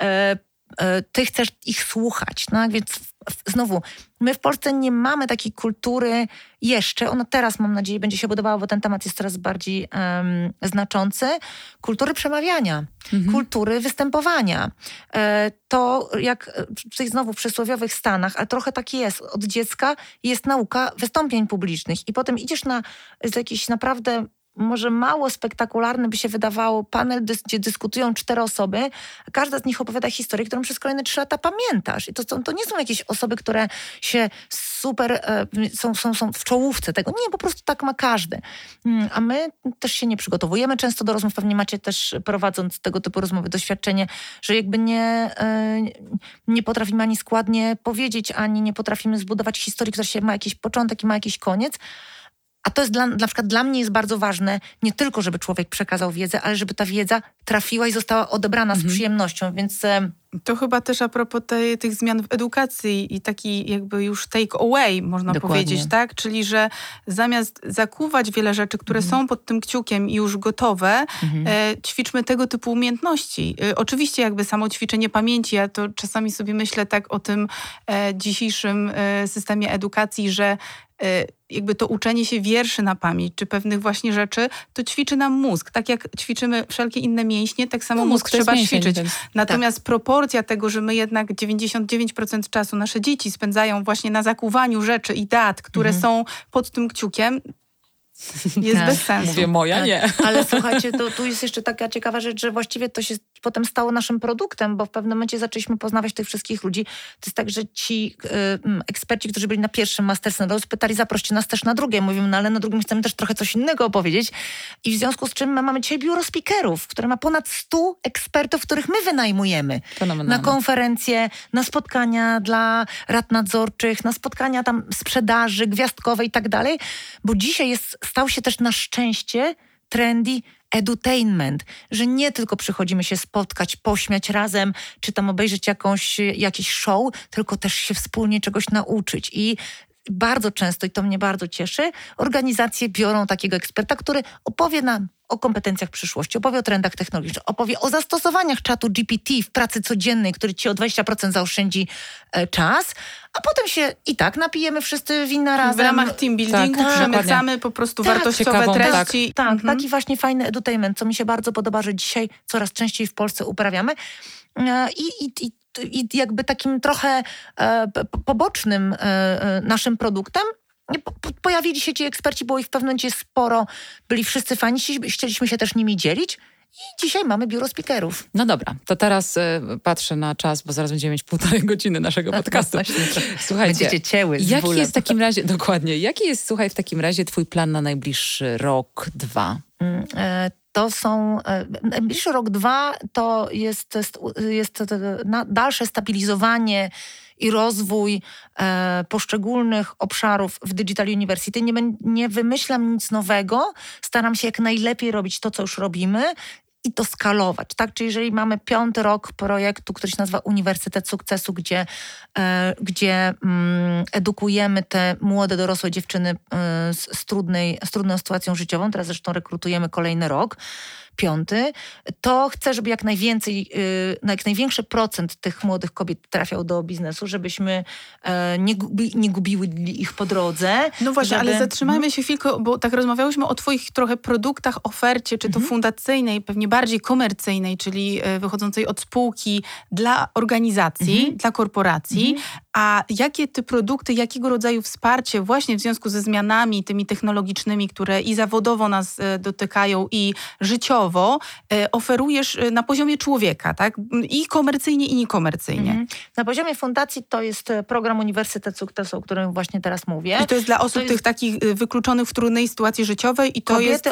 ty chcesz ich słuchać. No? Więc znowu, my w Polsce nie mamy takiej kultury jeszcze, ona teraz mam nadzieję będzie się budowała, bo ten temat jest coraz bardziej znaczący, kultury przemawiania, kultury występowania. To jak w tych znowu przysłowiowych Stanach, ale trochę tak jest, od dziecka jest nauka wystąpień publicznych i potem idziesz z jakiejś naprawdę może mało spektakularny by się wydawało panel, gdzie dyskutują 4 osoby, każda z nich opowiada historię, którą przez kolejne 3 lata pamiętasz. I to nie są jakieś osoby, które się super, są w czołówce tego. Nie, po prostu tak ma każdy. A my też się nie przygotowujemy często do rozmów. Pewnie macie też, prowadząc tego typu rozmowy, doświadczenie, że jakby nie potrafimy ani składnie powiedzieć, ani nie potrafimy zbudować historii, która się ma jakiś początek i ma jakiś koniec. A to jest na przykład dla mnie jest bardzo ważne, nie tylko żeby człowiek przekazał wiedzę, ale żeby ta wiedza trafiła i została odebrana z przyjemnością, więc... To chyba też a propos tych zmian w edukacji i taki jakby już take away, można powiedzieć, tak? Czyli, że zamiast zakuwać wiele rzeczy, które są pod tym kciukiem i już gotowe, ćwiczmy tego typu umiejętności. Oczywiście jakby samo ćwiczenie pamięci, ja to czasami sobie myślę tak o tym dzisiejszym systemie edukacji, że jakby to uczenie się wierszy na pamięć, czy pewnych właśnie rzeczy, to ćwiczy nam mózg. Tak jak ćwiczymy wszelkie inne mięśnie, tak samo mózg trzeba ćwiczyć. Natomiast proporcja tego, że my jednak 99% czasu nasze dzieci spędzają właśnie na zakuwaniu rzeczy i dat, które są pod tym kciukiem, jest bez sensu. Mówię moja, nie. Ale słuchajcie, tu jest jeszcze taka ciekawa rzecz, że właściwie to się potem stało naszym produktem, bo w pewnym momencie zaczęliśmy poznawać tych wszystkich ludzi. To jest tak, że ci eksperci, którzy byli na pierwszym Master's, spytali, zaproście nas też na drugie. Mówimy, no ale na drugim chcemy też trochę coś innego opowiedzieć. I w związku z czym my mamy dzisiaj biuro speakerów, które ma ponad 100 ekspertów, których my wynajmujemy. Na konferencje, na spotkania dla rad nadzorczych, na spotkania tam sprzedaży, gwiazdkowej i tak dalej. Bo dzisiaj stał się też na szczęście trendy edutainment, że nie tylko przychodzimy się spotkać, pośmiać razem, czy tam obejrzeć jakiś show, tylko też się wspólnie czegoś nauczyć. I bardzo często, i to mnie bardzo cieszy, organizacje biorą takiego eksperta, który opowie nam o kompetencjach przyszłości, opowie o trendach technologicznych, opowie o zastosowaniach czatu GPT w pracy codziennej, który ci o 20% zaoszczędzi czas, a potem się i tak napijemy wszyscy wina razem. W ramach team buildingu przemycamy po prostu wartościowe treści. Tak, taki właśnie fajny edutainment, co mi się bardzo podoba, że dzisiaj coraz częściej w Polsce uprawiamy. I jakby takim trochę pobocznym naszym produktem pojawili się ci eksperci, było ich w pewnym momencie sporo, byli wszyscy fani, chcieliśmy się też nimi dzielić i dzisiaj mamy biuro speakerów. No dobra, to teraz patrzę na czas, bo zaraz będziemy mieć 1,5 godziny naszego podcastu. Słuchajcie, będziecie cięły z jaki jest w takim razie, dokładnie, jaki jest, słuchaj, w takim razie twój plan na najbliższy rok, 2? To są, najbliższy rok, 2 to jest dalsze stabilizowanie i rozwój poszczególnych obszarów w Digital University. Nie wymyślam nic nowego, staram się jak najlepiej robić to, co już robimy i to skalować, tak? Czyli jeżeli mamy 5. rok projektu, który się nazywa Uniwersytet Sukcesu, gdzie edukujemy te młode, dorosłe dziewczyny z trudną sytuacją życiową, teraz zresztą rekrutujemy kolejny rok, 5, to chcę, żeby jak największy procent tych młodych kobiet trafiał do biznesu, żebyśmy nie gubili ich po drodze. No właśnie, ale zatrzymajmy się chwilkę, bo tak rozmawiałyśmy o twoich trochę produktach, ofercie, czy to fundacyjnej, pewnie bardziej komercyjnej, czyli wychodzącej od spółki dla organizacji, dla korporacji. A jakie ty produkty, jakiego rodzaju wsparcie właśnie w związku ze zmianami tymi technologicznymi, które i zawodowo nas dotykają i życiowo oferujesz na poziomie człowieka, tak? I komercyjnie, i niekomercyjnie. Na poziomie fundacji to jest program Uniwersytet Sukcesu, o którym właśnie teraz mówię. I to jest dla osób tych takich wykluczonych w trudnej sytuacji życiowej. I to kobiety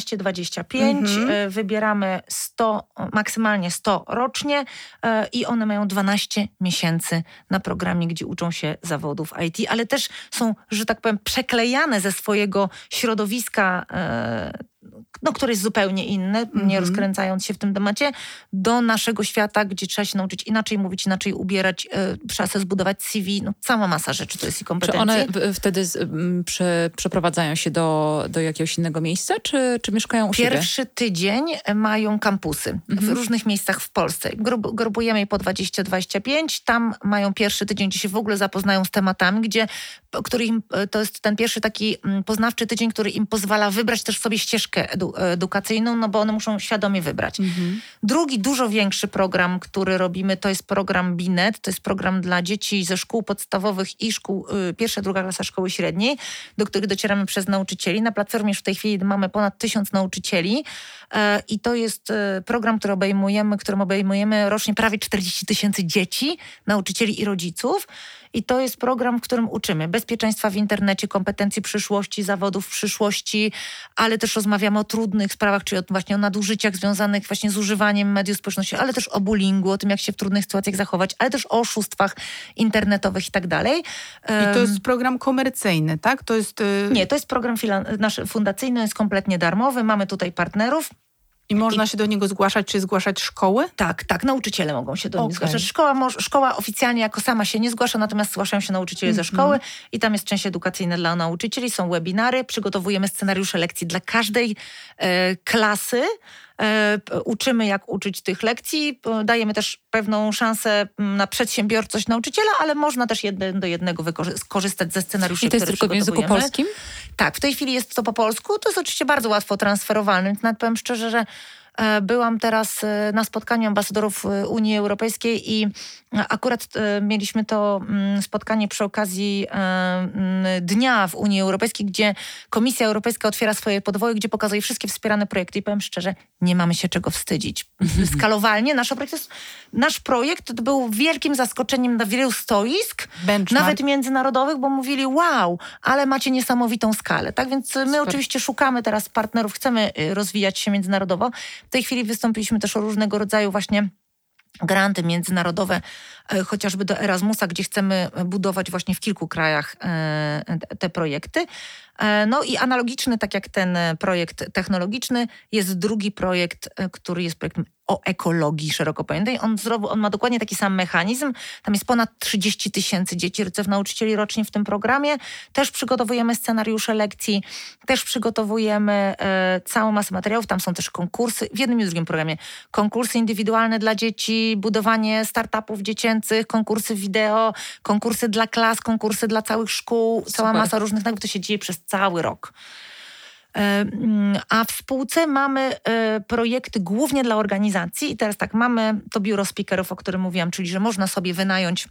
18-25, wybieramy 100, maksymalnie 100 rocznie i one mają 12 miesięcy na programie, gdzie uczą się zawodów IT, ale też są, że tak powiem, przeklejane ze swojego środowiska, które jest zupełnie inne, nie rozkręcając się w tym temacie, do naszego świata, gdzie trzeba się nauczyć inaczej mówić, inaczej ubierać, trzeba sobie zbudować CV, cała masa rzeczy to jest i kompetencji. Czy one wtedy przeprowadzają się do jakiegoś innego miejsca, czy mieszkają u siebie? Pierwszy tydzień mają kampusy w różnych miejscach w Polsce. Grupujemy je po 20-25, tam mają pierwszy tydzień, gdzie się w ogóle zapoznają z tematami, to jest ten pierwszy taki poznawczy tydzień, który im pozwala wybrać też sobie ścieżkę edukacyjną, no bo one muszą świadomie wybrać. Drugi, dużo większy program, który robimy, to jest program Binet. To jest program dla dzieci ze szkół podstawowych i szkół, pierwsza, druga klasa szkoły średniej, do których docieramy przez nauczycieli. Na platformie już w tej chwili mamy ponad 1000 nauczycieli i to jest program, którym obejmujemy rocznie prawie 40 000 dzieci, nauczycieli i rodziców. I to jest program, w którym uczymy bezpieczeństwa w internecie, kompetencji przyszłości, zawodów przyszłości, ale też rozmawiamy o trudnych sprawach, czyli właśnie o nadużyciach związanych właśnie z używaniem mediów społecznościowych, ale też o bullyingu, o tym, jak się w trudnych sytuacjach zachować, ale też o oszustwach internetowych i tak dalej. I to jest program komercyjny, tak? To jest... Nie, to jest program nasz fundacyjny, jest kompletnie darmowy, mamy tutaj partnerów. I można się do niego zgłaszać, czy zgłaszać szkoły? Tak, nauczyciele mogą się do niego zgłaszać. Szkoła oficjalnie jako sama się nie zgłasza, natomiast zgłaszają się nauczyciele ze szkoły i tam jest część edukacyjna dla nauczycieli, są webinary, przygotowujemy scenariusze lekcji dla każdej klasy. Uczymy, jak uczyć tych lekcji. Dajemy też pewną szansę na przedsiębiorczość nauczyciela, ale można też 1 do 1 korzystać ze scenariuszy, które przygotowujemy. I to jest tylko w języku polskim? Tak, w tej chwili jest to po polsku. To jest oczywiście bardzo łatwo transferowalne, więc nawet powiem szczerze, że byłam teraz na spotkaniu ambasadorów Unii Europejskiej i akurat mieliśmy to spotkanie przy okazji Dnia w Unii Europejskiej, gdzie Komisja Europejska otwiera swoje podwoje, gdzie pokazuje wszystkie wspierane projekty i powiem szczerze, nie mamy się czego wstydzić. Skalowalnie nasz projekt był wielkim zaskoczeniem dla wielu stoisk, nawet międzynarodowych, bo mówili wow, ale macie niesamowitą skalę. Tak więc my oczywiście szukamy teraz partnerów, chcemy rozwijać się międzynarodowo. W tej chwili wystąpiliśmy też o różnego rodzaju właśnie granty międzynarodowe, chociażby do Erasmusa, gdzie chcemy budować właśnie w kilku krajach te projekty. No i analogiczny, tak jak ten projekt technologiczny, jest drugi projekt, który jest projektem o ekologii szeroko pojętej. On ma dokładnie taki sam mechanizm. Tam jest ponad 30 000 dzieci, rodziców, nauczycieli rocznie w tym programie. Też przygotowujemy scenariusze lekcji, też przygotowujemy całą masę materiałów. Tam są też konkursy, w jednym i drugim programie. Konkursy indywidualne dla dzieci, budowanie startupów dziecięcych, konkursy wideo, konkursy dla klas, konkursy dla całych szkół, cała masa różnych nagród. To się dzieje przez cały rok. A w spółce mamy projekty głównie dla organizacji i teraz tak, mamy to biuro speakerów, o którym mówiłam, czyli że można sobie wynająć.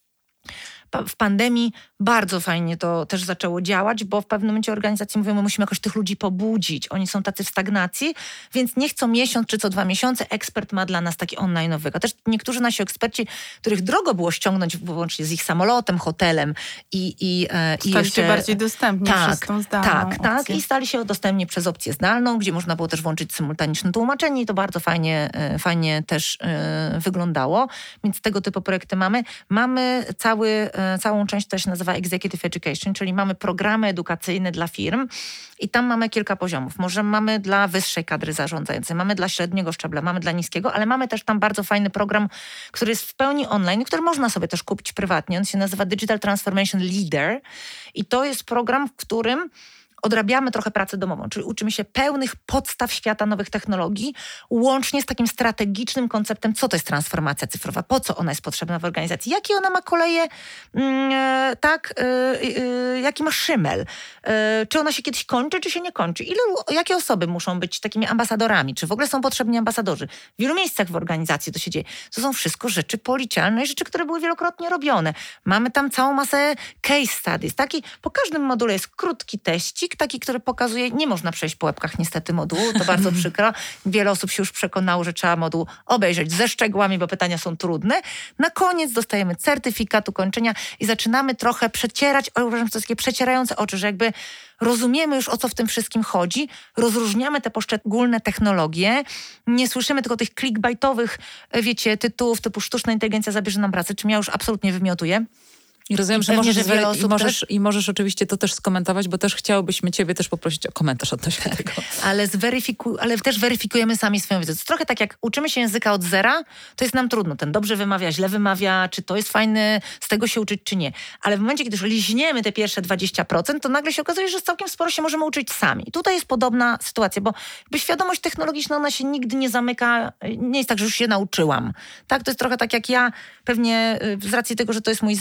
W pandemii bardzo fajnie to też zaczęło działać, bo w pewnym momencie organizacje mówią, my musimy jakoś tych ludzi pobudzić. Oni są tacy w stagnacji, więc niech co miesiąc czy co 2 miesiące ekspert ma dla nas taki online'owy. A też niektórzy nasi eksperci, których drogo było ściągnąć wyłącznie z ich samolotem, hotelem i jeszcze bardziej dostępnie przez tą zdalną opcję. I stali się dostępni przez opcję zdalną, gdzie można było też włączyć symultaniczne tłumaczenie i to bardzo fajnie też wyglądało. Więc tego typu projekty mamy. Mamy całą część, która się nazywa Executive Education, czyli mamy programy edukacyjne dla firm i tam mamy kilka poziomów. Może mamy dla wyższej kadry zarządzającej, mamy dla średniego szczebla, mamy dla niskiego, ale mamy też tam bardzo fajny program, który jest w pełni online, który można sobie też kupić prywatnie. On się nazywa Digital Transformation Leader i to jest program, w którym odrabiamy trochę pracę domową, czyli uczymy się pełnych podstaw świata nowych technologii, łącznie z takim strategicznym konceptem, co to jest transformacja cyfrowa, po co ona jest potrzebna w organizacji, jakie ona ma koleje, jaki ma szymel, czy ona się kiedyś kończy, czy się nie kończy, jakie osoby muszą być takimi ambasadorami, czy w ogóle są potrzebni ambasadorzy. W wielu miejscach w organizacji to się dzieje. To są wszystko rzeczy policzalne, rzeczy, które były wielokrotnie robione. Mamy tam całą masę case studies. Po każdym module jest krótki teścik, taki, który pokazuje, nie można przejść po łebkach niestety modułu, to bardzo przykro. Wiele osób się już przekonało, że trzeba moduł obejrzeć ze szczegółami, bo pytania są trudne. Na koniec dostajemy certyfikat ukończenia i zaczynamy trochę przecierać, uważam, że to jest takie przecierające oczy, że jakby rozumiemy już, o co w tym wszystkim chodzi, rozróżniamy te poszczególne technologie, nie słyszymy tylko tych clickbaitowych, tytułów typu sztuczna inteligencja zabierze nam pracę, czym ja już absolutnie wymiotuję. I rozumiem, że możesz oczywiście to też skomentować, bo też chciałobyśmy ciebie też poprosić o komentarz odnośnie tego. Ale też weryfikujemy sami swoją wiedzę. To trochę tak jak uczymy się języka od zera, to jest nam trudno. Ten dobrze wymawia, źle wymawia, czy to jest fajne, z tego się uczyć, czy nie. Ale w momencie, kiedy już liźniemy te pierwsze 20%, to nagle się okazuje, że całkiem sporo się możemy uczyć sami. I tutaj jest podobna sytuacja, bo świadomość technologiczna, ona się nigdy nie zamyka, nie jest tak, że już się nauczyłam. Tak, to jest trochę tak jak ja, pewnie z racji tego, że to jest mój zawód i ja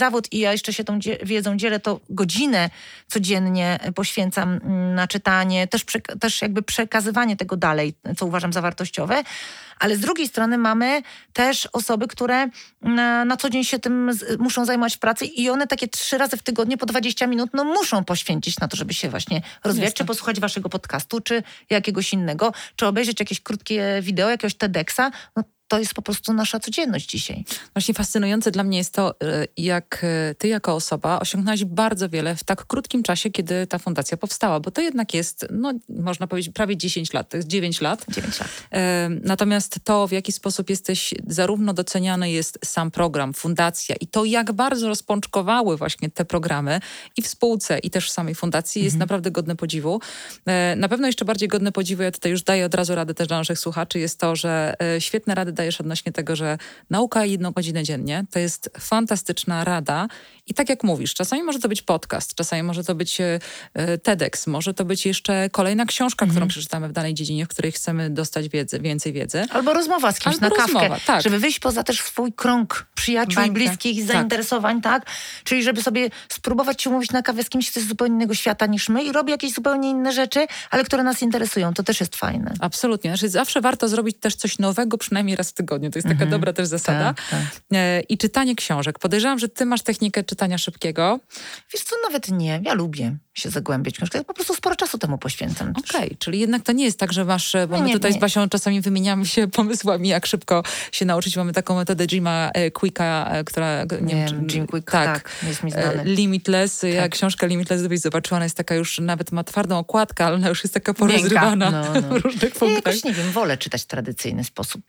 ja jeszcze się tą wiedzą dzielę, to godzinę codziennie poświęcam na czytanie, też jakby przekazywanie tego dalej, co uważam za wartościowe. Ale z drugiej strony mamy też osoby, które na co dzień się tym muszą zajmować w pracy i one takie 3 razy w tygodniu po 20 minut muszą poświęcić na to, żeby się właśnie rozwijać, czy posłuchać waszego podcastu, czy jakiegoś innego, czy obejrzeć jakieś krótkie wideo, jakiegoś TEDxa. To jest po prostu nasza codzienność dzisiaj. Właśnie fascynujące dla mnie jest to, jak ty jako osoba osiągnęłaś bardzo wiele w tak krótkim czasie, kiedy ta fundacja powstała, bo to jednak jest, można powiedzieć, prawie 10 lat, to jest 9 lat. 9 lat. Natomiast to, w jaki sposób jesteś zarówno doceniany jest sam program, fundacja i to, jak bardzo rozpączkowały właśnie te programy i w spółce, i też w samej fundacji jest naprawdę godne podziwu. Na pewno jeszcze bardziej godne podziwu, ja tutaj już daję od razu radę też dla naszych słuchaczy, jest to, że świetne rady dajesz odnośnie tego, że nauka 1 godzinę dziennie to jest fantastyczna rada i tak jak mówisz, czasami może to być podcast, czasami może to być TEDx, może to być jeszcze kolejna książka, którą przeczytamy w danej dziedzinie, w której chcemy dostać więcej wiedzy. Albo rozmowa z kimś na kawkę, tak. Żeby wyjść poza też swój krąg przyjaciół i bliskich zainteresowań, tak? Czyli żeby sobie spróbować się umówić na kawę z kimś, kto jest z zupełnie innego świata niż my i robi jakieś zupełnie inne rzeczy, ale które nas interesują. To też jest fajne. Absolutnie. Znaczy, zawsze warto zrobić też coś nowego, przynajmniej raz w tygodniu. To jest taka dobra też zasada. Tak. I czytanie książek. Podejrzewam, że ty masz technikę czytania szybkiego. Wiesz co, nawet nie. Ja lubię się zagłębiać w książkę. Ja po prostu sporo czasu temu poświęcam. Okej, czyli jednak to nie jest tak, że masz, bo my tutaj z Basią czasami wymieniamy się pomysłami, jak szybko się nauczyć. Mamy taką metodę Jima Quicka, która... Jim Quick, tak, jest mi znany. Limitless. Tak. Ja książkę Limitless gdybyś zobaczyła, ona jest taka już, nawet ma twardą okładkę, ale ona już jest taka porozrywana w różnych punktach. Ja jakoś, nie wiem, wolę czytać w tradycyjny sposób,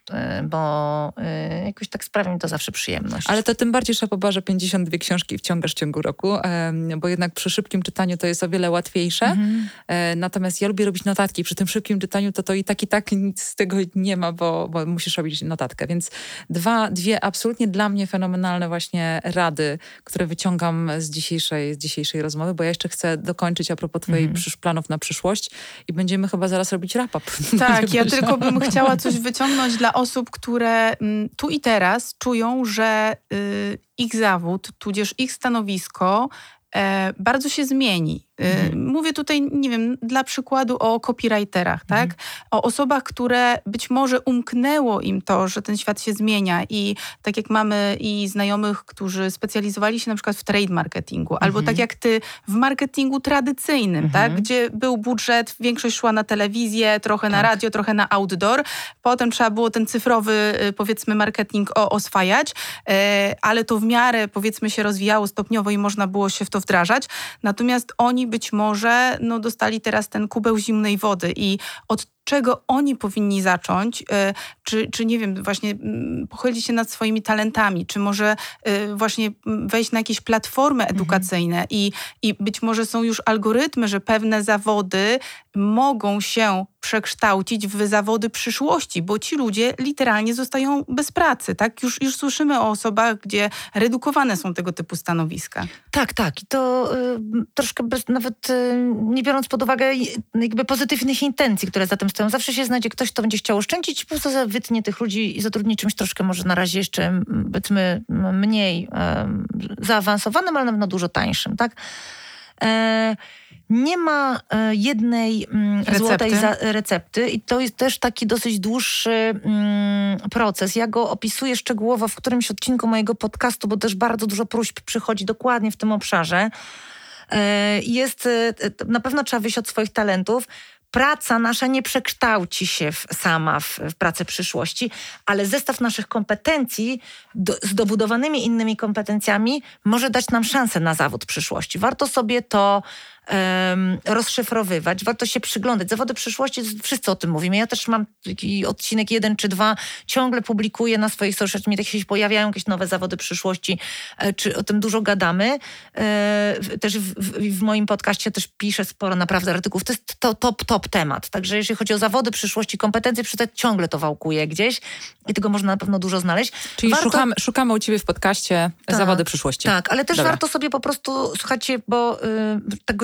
bo jakoś tak sprawia mi to zawsze przyjemność. Ale to tym bardziej Szapoba, że 52 książki wciągasz w ciągu roku, bo jednak przy szybkim czytaniu to jest o wiele łatwiejsze. Natomiast ja lubię robić notatki. Przy tym szybkim czytaniu to i tak nic z tego nie ma, bo musisz robić notatkę. Więc dwie absolutnie dla mnie fenomenalne właśnie rady, które wyciągam z dzisiejszej rozmowy, bo ja jeszcze chcę dokończyć a propos twoich planów na przyszłość i będziemy chyba zaraz robić wrap-up. Tak, ja tylko bym chciała coś wyciągnąć dla osób, które tu i teraz czują, że ich zawód, tudzież ich stanowisko bardzo się zmieni. Mówię tutaj, nie wiem, dla przykładu o copywriterach, tak? O osobach, które być może umknęło im to, że ten świat się zmienia i tak jak mamy i znajomych, którzy specjalizowali się na przykład w trade marketingu, albo tak jak ty w marketingu tradycyjnym, tak? Gdzie był budżet, większość szła na telewizję, trochę na radio, trochę na outdoor. Potem trzeba było ten cyfrowy, powiedzmy, marketing oswajać, ale to w miarę, powiedzmy, się rozwijało stopniowo i można było się w to wdrażać. Natomiast oni być może dostali teraz ten kubeł zimnej wody i od czego oni powinni zacząć, czy nie wiem, właśnie pochylić się nad swoimi talentami, czy może właśnie wejść na jakieś platformy edukacyjne i być może są już algorytmy, że pewne zawody mogą się przekształcić w zawody przyszłości, bo ci ludzie literalnie zostają bez pracy, tak? Już słyszymy o osobach, gdzie redukowane są tego typu stanowiska. Tak. I to troszkę nawet nie biorąc pod uwagę jakby pozytywnych intencji, które za tym stoją. Zawsze się znajdzie ktoś, kto będzie chciał oszczędzić i po prostu wytnie tych ludzi i zatrudni czymś troszkę może na razie jeszcze, powiedzmy, mniej zaawansowanym, ale na pewno dużo tańszym, tak? Nie ma jednej złotej recepty i to jest też taki dosyć dłuższy proces. Ja go opisuję szczegółowo w którymś odcinku mojego podcastu, bo też bardzo dużo próśb przychodzi dokładnie w tym obszarze. Na pewno trzeba wyjść od swoich talentów. Praca nasza nie przekształci się sama w pracę przyszłości, ale zestaw naszych kompetencji z dobudowanymi innymi kompetencjami może dać nam szansę na zawód przyszłości. Warto sobie to rozszyfrowywać, warto się przyglądać. Zawody przyszłości, wszyscy o tym mówimy. Ja też mam taki odcinek 1 czy 2, ciągle publikuję na swoich social mediach, się pojawiają jakieś nowe zawody przyszłości, czy o tym dużo gadamy. Też w moim podcaście też piszę sporo naprawdę artykułów. To jest top temat. Także jeżeli chodzi o zawody przyszłości, kompetencje, ciągle to wałkuje gdzieś i tego można na pewno dużo znaleźć. Czyli szukamy u ciebie w podcaście zawody przyszłości. Tak, ale też warto sobie po prostu, słuchajcie, bo ta godzina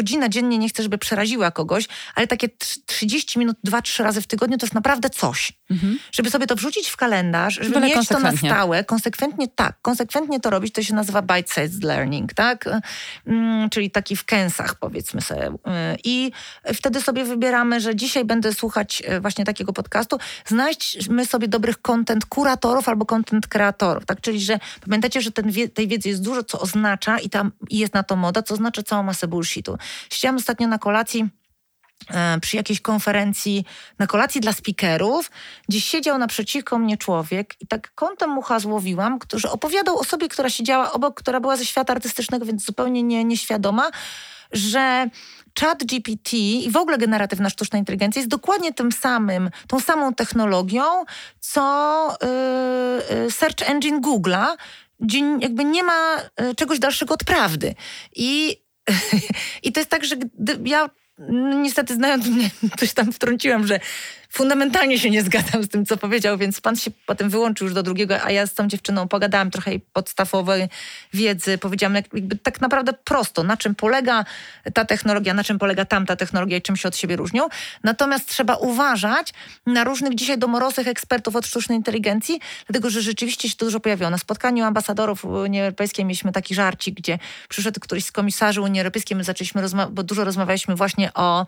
godzina dziennie nie chcę, żeby przeraziła kogoś, ale takie 30 minut 2-3 razy w tygodniu to jest naprawdę coś. Żeby sobie to wrzucić w kalendarz, żeby mieć to na stałe, konsekwentnie to robić, to się nazywa bite-sized learning, tak? Czyli taki w kęsach, powiedzmy sobie. I wtedy sobie wybieramy, że dzisiaj będę słuchać właśnie takiego podcastu. Znajdźmy sobie dobrych content kuratorów albo content kreatorów, tak? Czyli, że pamiętacie, że tej wiedzy jest dużo, co oznacza i jest na to moda, co oznacza całą masę bullshitu. Siedziałam ostatnio na kolacji przy jakiejś konferencji, na kolacji dla speakerów, gdzie siedział naprzeciwko mnie człowiek i tak kątem ucha złowiłam, który opowiadał o sobie, która siedziała obok, która była ze świata artystycznego, więc zupełnie nieświadoma, że ChatGPT i w ogóle generatywna sztuczna inteligencja jest dokładnie tą samą technologią, co search engine Google'a, gdzie jakby nie ma czegoś dalszego od prawdy. I to jest tak, że ja niestety znając mnie, coś tam wtrąciłam, że fundamentalnie się nie zgadzam z tym, co powiedział, więc pan się potem wyłączył już do drugiego, a ja z tą dziewczyną pogadałam trochę jej podstawowej wiedzy, powiedziałam jakby tak naprawdę prosto, na czym polega ta technologia, na czym polega tamta technologia i czym się od siebie różnią. Natomiast trzeba uważać na różnych dzisiaj domorosłych ekspertów od sztucznej inteligencji, dlatego że rzeczywiście się to dużo pojawiło. Na spotkaniu ambasadorów Unii Europejskiej mieliśmy taki żarcik, gdzie przyszedł któryś z komisarzy Unii Europejskiej, my zaczęliśmy bo dużo rozmawialiśmy właśnie o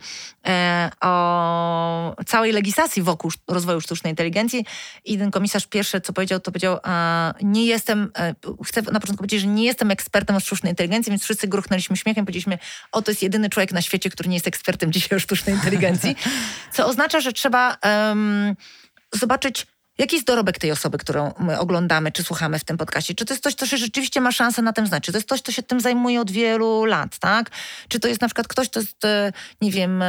całej legislacji wokół rozwoju sztucznej inteligencji i ten komisarz pierwsze, co powiedział, nie jestem, chcę na początku powiedzieć, że nie jestem ekspertem od sztucznej inteligencji, więc wszyscy gruchnęliśmy śmiechem, powiedzieliśmy, to jest jedyny człowiek na świecie, który nie jest ekspertem dzisiaj o sztucznej inteligencji, co oznacza, że trzeba zobaczyć, jaki jest dorobek tej osoby, którą my oglądamy, czy słuchamy w tym podcaście? Czy to jest coś, co się rzeczywiście ma szansę na tym znać? Czy to jest ktoś, kto się tym zajmuje od wielu lat, tak? Czy to jest na przykład ktoś, kto jest, nie wiem,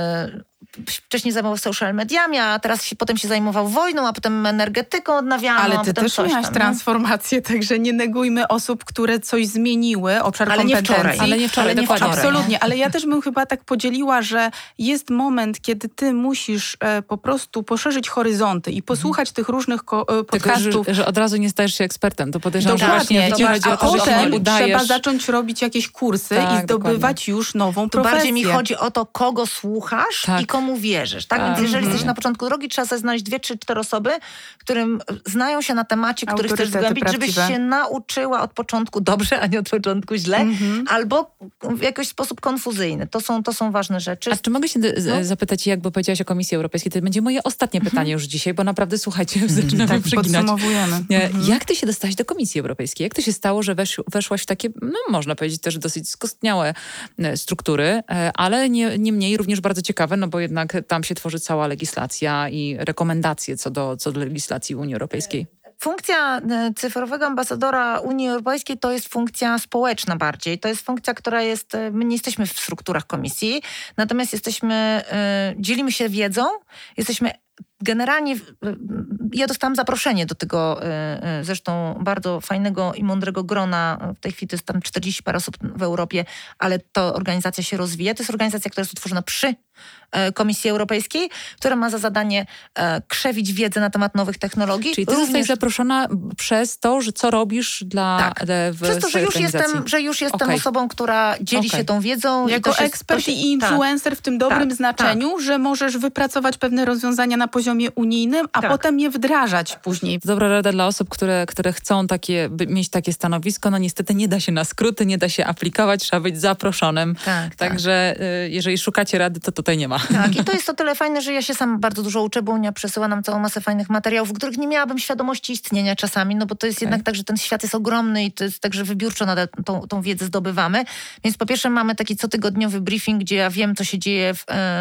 wcześniej zajmował social mediami, a teraz potem się zajmował wojną, a potem energetyką odnawialną. Ale ty też miałaś transformację, także nie negujmy osób, które coś zmieniły, obszar kompetencji. Ale nie wczoraj. Absolutnie, ale ja też bym chyba tak podzieliła, że jest moment, kiedy ty musisz po prostu poszerzyć horyzonty i posłuchać tych różnych podcastów. Tylko, że od razu nie stajesz się ekspertem. To podejrzewam, że właśnie chodzi o to, że potem nie udajesz. Trzeba zacząć robić jakieś kursy i zdobywać już nową profesję. Bardziej mi chodzi o to, kogo słuchasz i komu wierzysz. Tak? Więc jeżeli jesteś na początku drogi, trzeba sobie znaleźć 2, 3, 4 osoby, którym znają się na temacie, których chcesz zgłębić, żebyś się nauczyła od początku dobrze, a nie od początku źle, albo w jakiś sposób konfuzyjny. To są ważne rzeczy. A czy mogę się zapytać, jak bo powiedziałaś o Komisji Europejskiej, to będzie moje ostatnie pytanie już dzisiaj, bo naprawdę, słuchajcie, zaczynamy przyginać. Podsumowujemy. Jak ty się dostałaś do Komisji Europejskiej? Jak to się stało, że weszłaś w takie, można powiedzieć też dosyć skostniałe struktury, ale nie mniej również bardzo ciekawe, no bo jednak tam się tworzy cała legislacja i rekomendacje co do legislacji Unii Europejskiej. Funkcja cyfrowego ambasadora Unii Europejskiej to jest funkcja społeczna bardziej. To jest funkcja, która jest... My nie jesteśmy w strukturach komisji, natomiast dzielimy się wiedzą, jesteśmy generalnie... Ja dostałam zaproszenie do tego zresztą bardzo fajnego i mądrego grona. W tej chwili to jest tam 40 parę osób w Europie, ale ta organizacja się rozwija. To jest organizacja, która jest utworzona przy Komisji Europejskiej, która ma za zadanie krzewić wiedzę na temat nowych technologii. Czyli ty zostajesz zaproszona przez to, że co robisz przez to, że już jestem osobą, która dzieli się tą wiedzą. Jako ekspert i influencer w tym dobrym znaczeniu, że możesz wypracować pewne rozwiązania na poziomie unijnym, a potem je wdrażać później. Dobra rada dla osób, które chcą mieć takie stanowisko. No niestety nie da się na skróty, nie da się aplikować, trzeba być zaproszonym. Także jeżeli szukacie rady, to tutaj nie ma. Tak, i to jest o tyle fajne, że ja się sam bardzo dużo uczę, bo Unia przesyła nam całą masę fajnych materiałów, w których nie miałabym świadomości istnienia czasami, no bo to jest jednak tak, że ten świat jest ogromny i to jest tak, że wybiórczo nadal tą wiedzę zdobywamy. Więc po pierwsze mamy taki cotygodniowy briefing, gdzie ja wiem, co się dzieje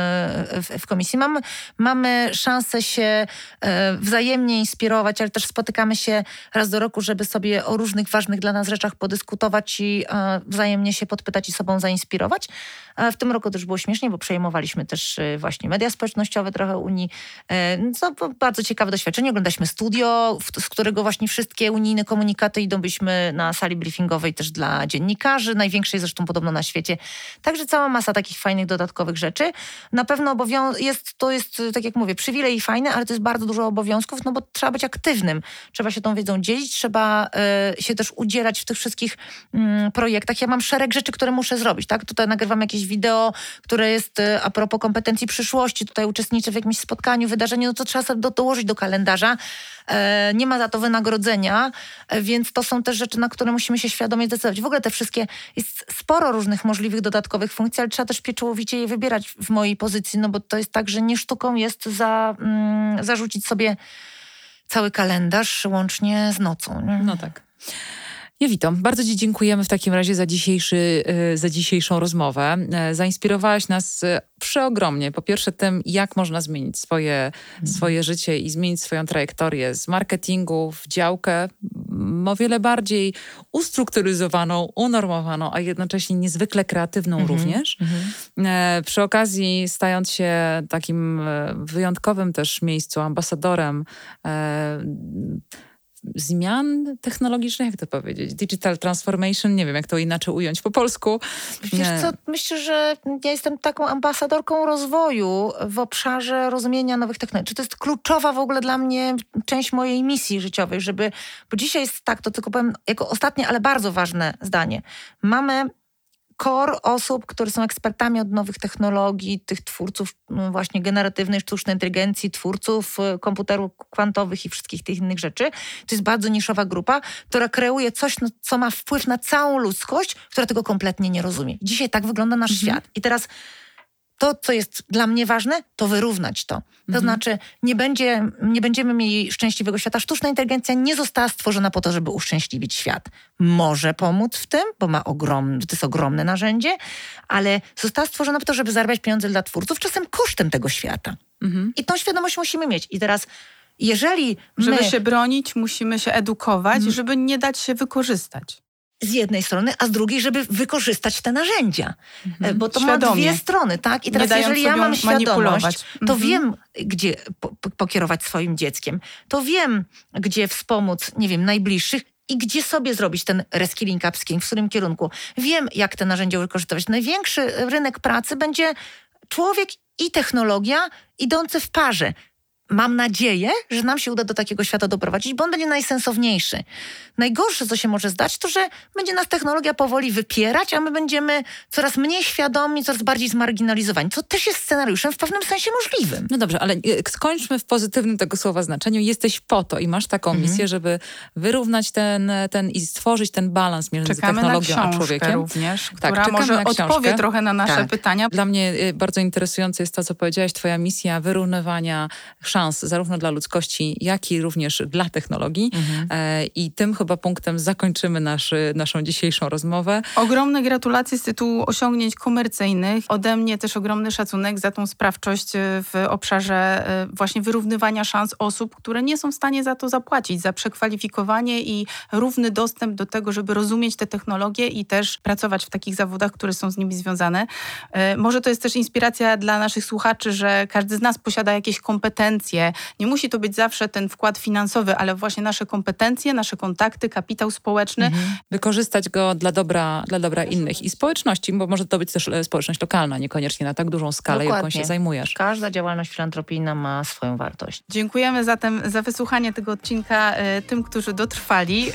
w komisji. Mamy szansę się wzajemnie inspirować, ale też spotykamy się raz do roku, żeby sobie o różnych ważnych dla nas rzeczach podyskutować i wzajemnie się podpytać i sobą zainspirować. W tym roku też było śmiesznie, bo przejmowaliśmy też właśnie media społecznościowe trochę Unii. To bardzo ciekawe doświadczenie. Oglądaliśmy studio, z którego właśnie wszystkie unijne komunikaty idą. Byliśmy na sali briefingowej też dla dziennikarzy, największej zresztą podobno na świecie. Także cała masa takich fajnych, dodatkowych rzeczy. Na pewno to jest, tak jak mówię, przywilej fajne, ale to jest bardzo dużo obowiązków, no bo trzeba być aktywnym. Trzeba się tą wiedzą dzielić, trzeba się też udzielać w tych wszystkich projektach. Ja mam szereg rzeczy, które muszę zrobić, tak? Tutaj nagrywam jakieś wideo, które jest a propos kompetencji przyszłości, tutaj uczestniczę w jakimś spotkaniu, wydarzeniu, no to trzeba sobie dołożyć do kalendarza. Nie ma za to wynagrodzenia, więc to są też rzeczy, na które musimy się świadomie zdecydować. W ogóle te wszystkie, jest sporo różnych możliwych dodatkowych funkcji, ale trzeba też pieczołowicie je wybierać w mojej pozycji, no bo to jest tak, że nie sztuką jest zarzucić sobie cały kalendarz łącznie z nocą. Nie? No tak. Jowito, bardzo Ci dziękujemy w takim razie za dzisiejszą rozmowę. Zainspirowałaś nas przeogromnie. Po pierwsze tym, jak można zmienić swoje życie i zmienić swoją trajektorię z marketingu w działkę o wiele bardziej ustrukturyzowaną, unormowaną, a jednocześnie niezwykle kreatywną również. Przy okazji stając się takim wyjątkowym też miejscu, ambasadorem zmian technologicznych, jak to powiedzieć? Digital transformation, nie wiem, jak to inaczej ująć po polsku. Wiesz co, myślę, że ja jestem taką ambasadorką rozwoju w obszarze rozumienia nowych technologii. To jest kluczowa w ogóle dla mnie część mojej misji życiowej, bo dzisiaj jest tak, to tylko powiem jako ostatnie, ale bardzo ważne zdanie. Mamy core osób, które są ekspertami od nowych technologii, tych twórców właśnie generatywnej, sztucznej inteligencji, twórców komputerów kwantowych i wszystkich tych innych rzeczy. To jest bardzo niszowa grupa, która kreuje coś, co ma wpływ na całą ludzkość, która tego kompletnie nie rozumie. Dzisiaj tak wygląda nasz świat. I teraz to, co jest dla mnie ważne, to wyrównać to. To znaczy, nie będziemy mieli szczęśliwego świata. Sztuczna inteligencja nie została stworzona po to, żeby uszczęśliwić świat. Może pomóc w tym, bo to jest ogromne narzędzie, ale została stworzona po to, żeby zarabiać pieniądze dla twórców, czasem kosztem tego świata. I tą świadomość musimy mieć. I teraz, żeby się bronić, musimy się edukować, żeby nie dać się wykorzystać. Z jednej strony, a z drugiej, żeby wykorzystać te narzędzia. Bo to ma dwie strony, tak? I teraz jeżeli ja mam świadomość, to wiem, gdzie pokierować swoim dzieckiem. To wiem, gdzie wspomóc, nie wiem, najbliższych i gdzie sobie zrobić ten reskilling, upskilling, w którym kierunku. Wiem, jak te narzędzia wykorzystywać. Największy rynek pracy będzie człowiek i technologia idące w parze. Mam nadzieję, że nam się uda do takiego świata doprowadzić, bo on będzie najsensowniejszy. Najgorsze, co się może zdać, to że będzie nas technologia powoli wypierać, a my będziemy coraz mniej świadomi, coraz bardziej zmarginalizowani. Co też jest scenariuszem w pewnym sensie możliwym. No dobrze, ale skończmy w pozytywnym tego słowa znaczeniu. Jesteś po to i masz taką misję, żeby wyrównać ten i stworzyć ten balans między technologią a człowiekiem. Również, która może odpowie trochę na nasze pytania. Dla mnie bardzo interesujące jest to, co powiedziałaś, twoja misja wyrównywania szans zarówno dla ludzkości, jak i również dla technologii. I tym chyba punktem zakończymy naszą dzisiejszą rozmowę. Ogromne gratulacje z tytułu osiągnięć komercyjnych. Ode mnie też ogromny szacunek za tą sprawczość w obszarze właśnie wyrównywania szans osób, które nie są w stanie za to zapłacić, za przekwalifikowanie i równy dostęp do tego, żeby rozumieć te technologie i też pracować w takich zawodach, które są z nimi związane. Może to jest też inspiracja dla naszych słuchaczy, że każdy z nas posiada jakieś kompetencje. Nie musi to być zawsze ten wkład finansowy, ale właśnie nasze kompetencje, nasze kontakty, kapitał społeczny. Wykorzystać go dla dobra innych i społeczności, bo może to być też społeczność lokalna, niekoniecznie na tak dużą skalę, jaką się zajmujesz. Każda działalność filantropijna ma swoją wartość. Dziękujemy zatem za wysłuchanie tego odcinka tym, którzy dotrwali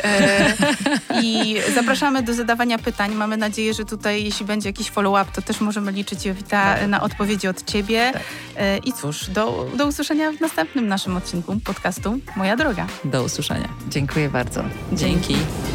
i zapraszamy do zadawania pytań. Mamy nadzieję, że tutaj, jeśli będzie jakiś follow-up, to też możemy liczyć, Jowita, na odpowiedzi od ciebie. I cóż, do usłyszenia w następnym naszym odcinku podcastu Moja Droga. Do usłyszenia. Dziękuję bardzo. Dzięki.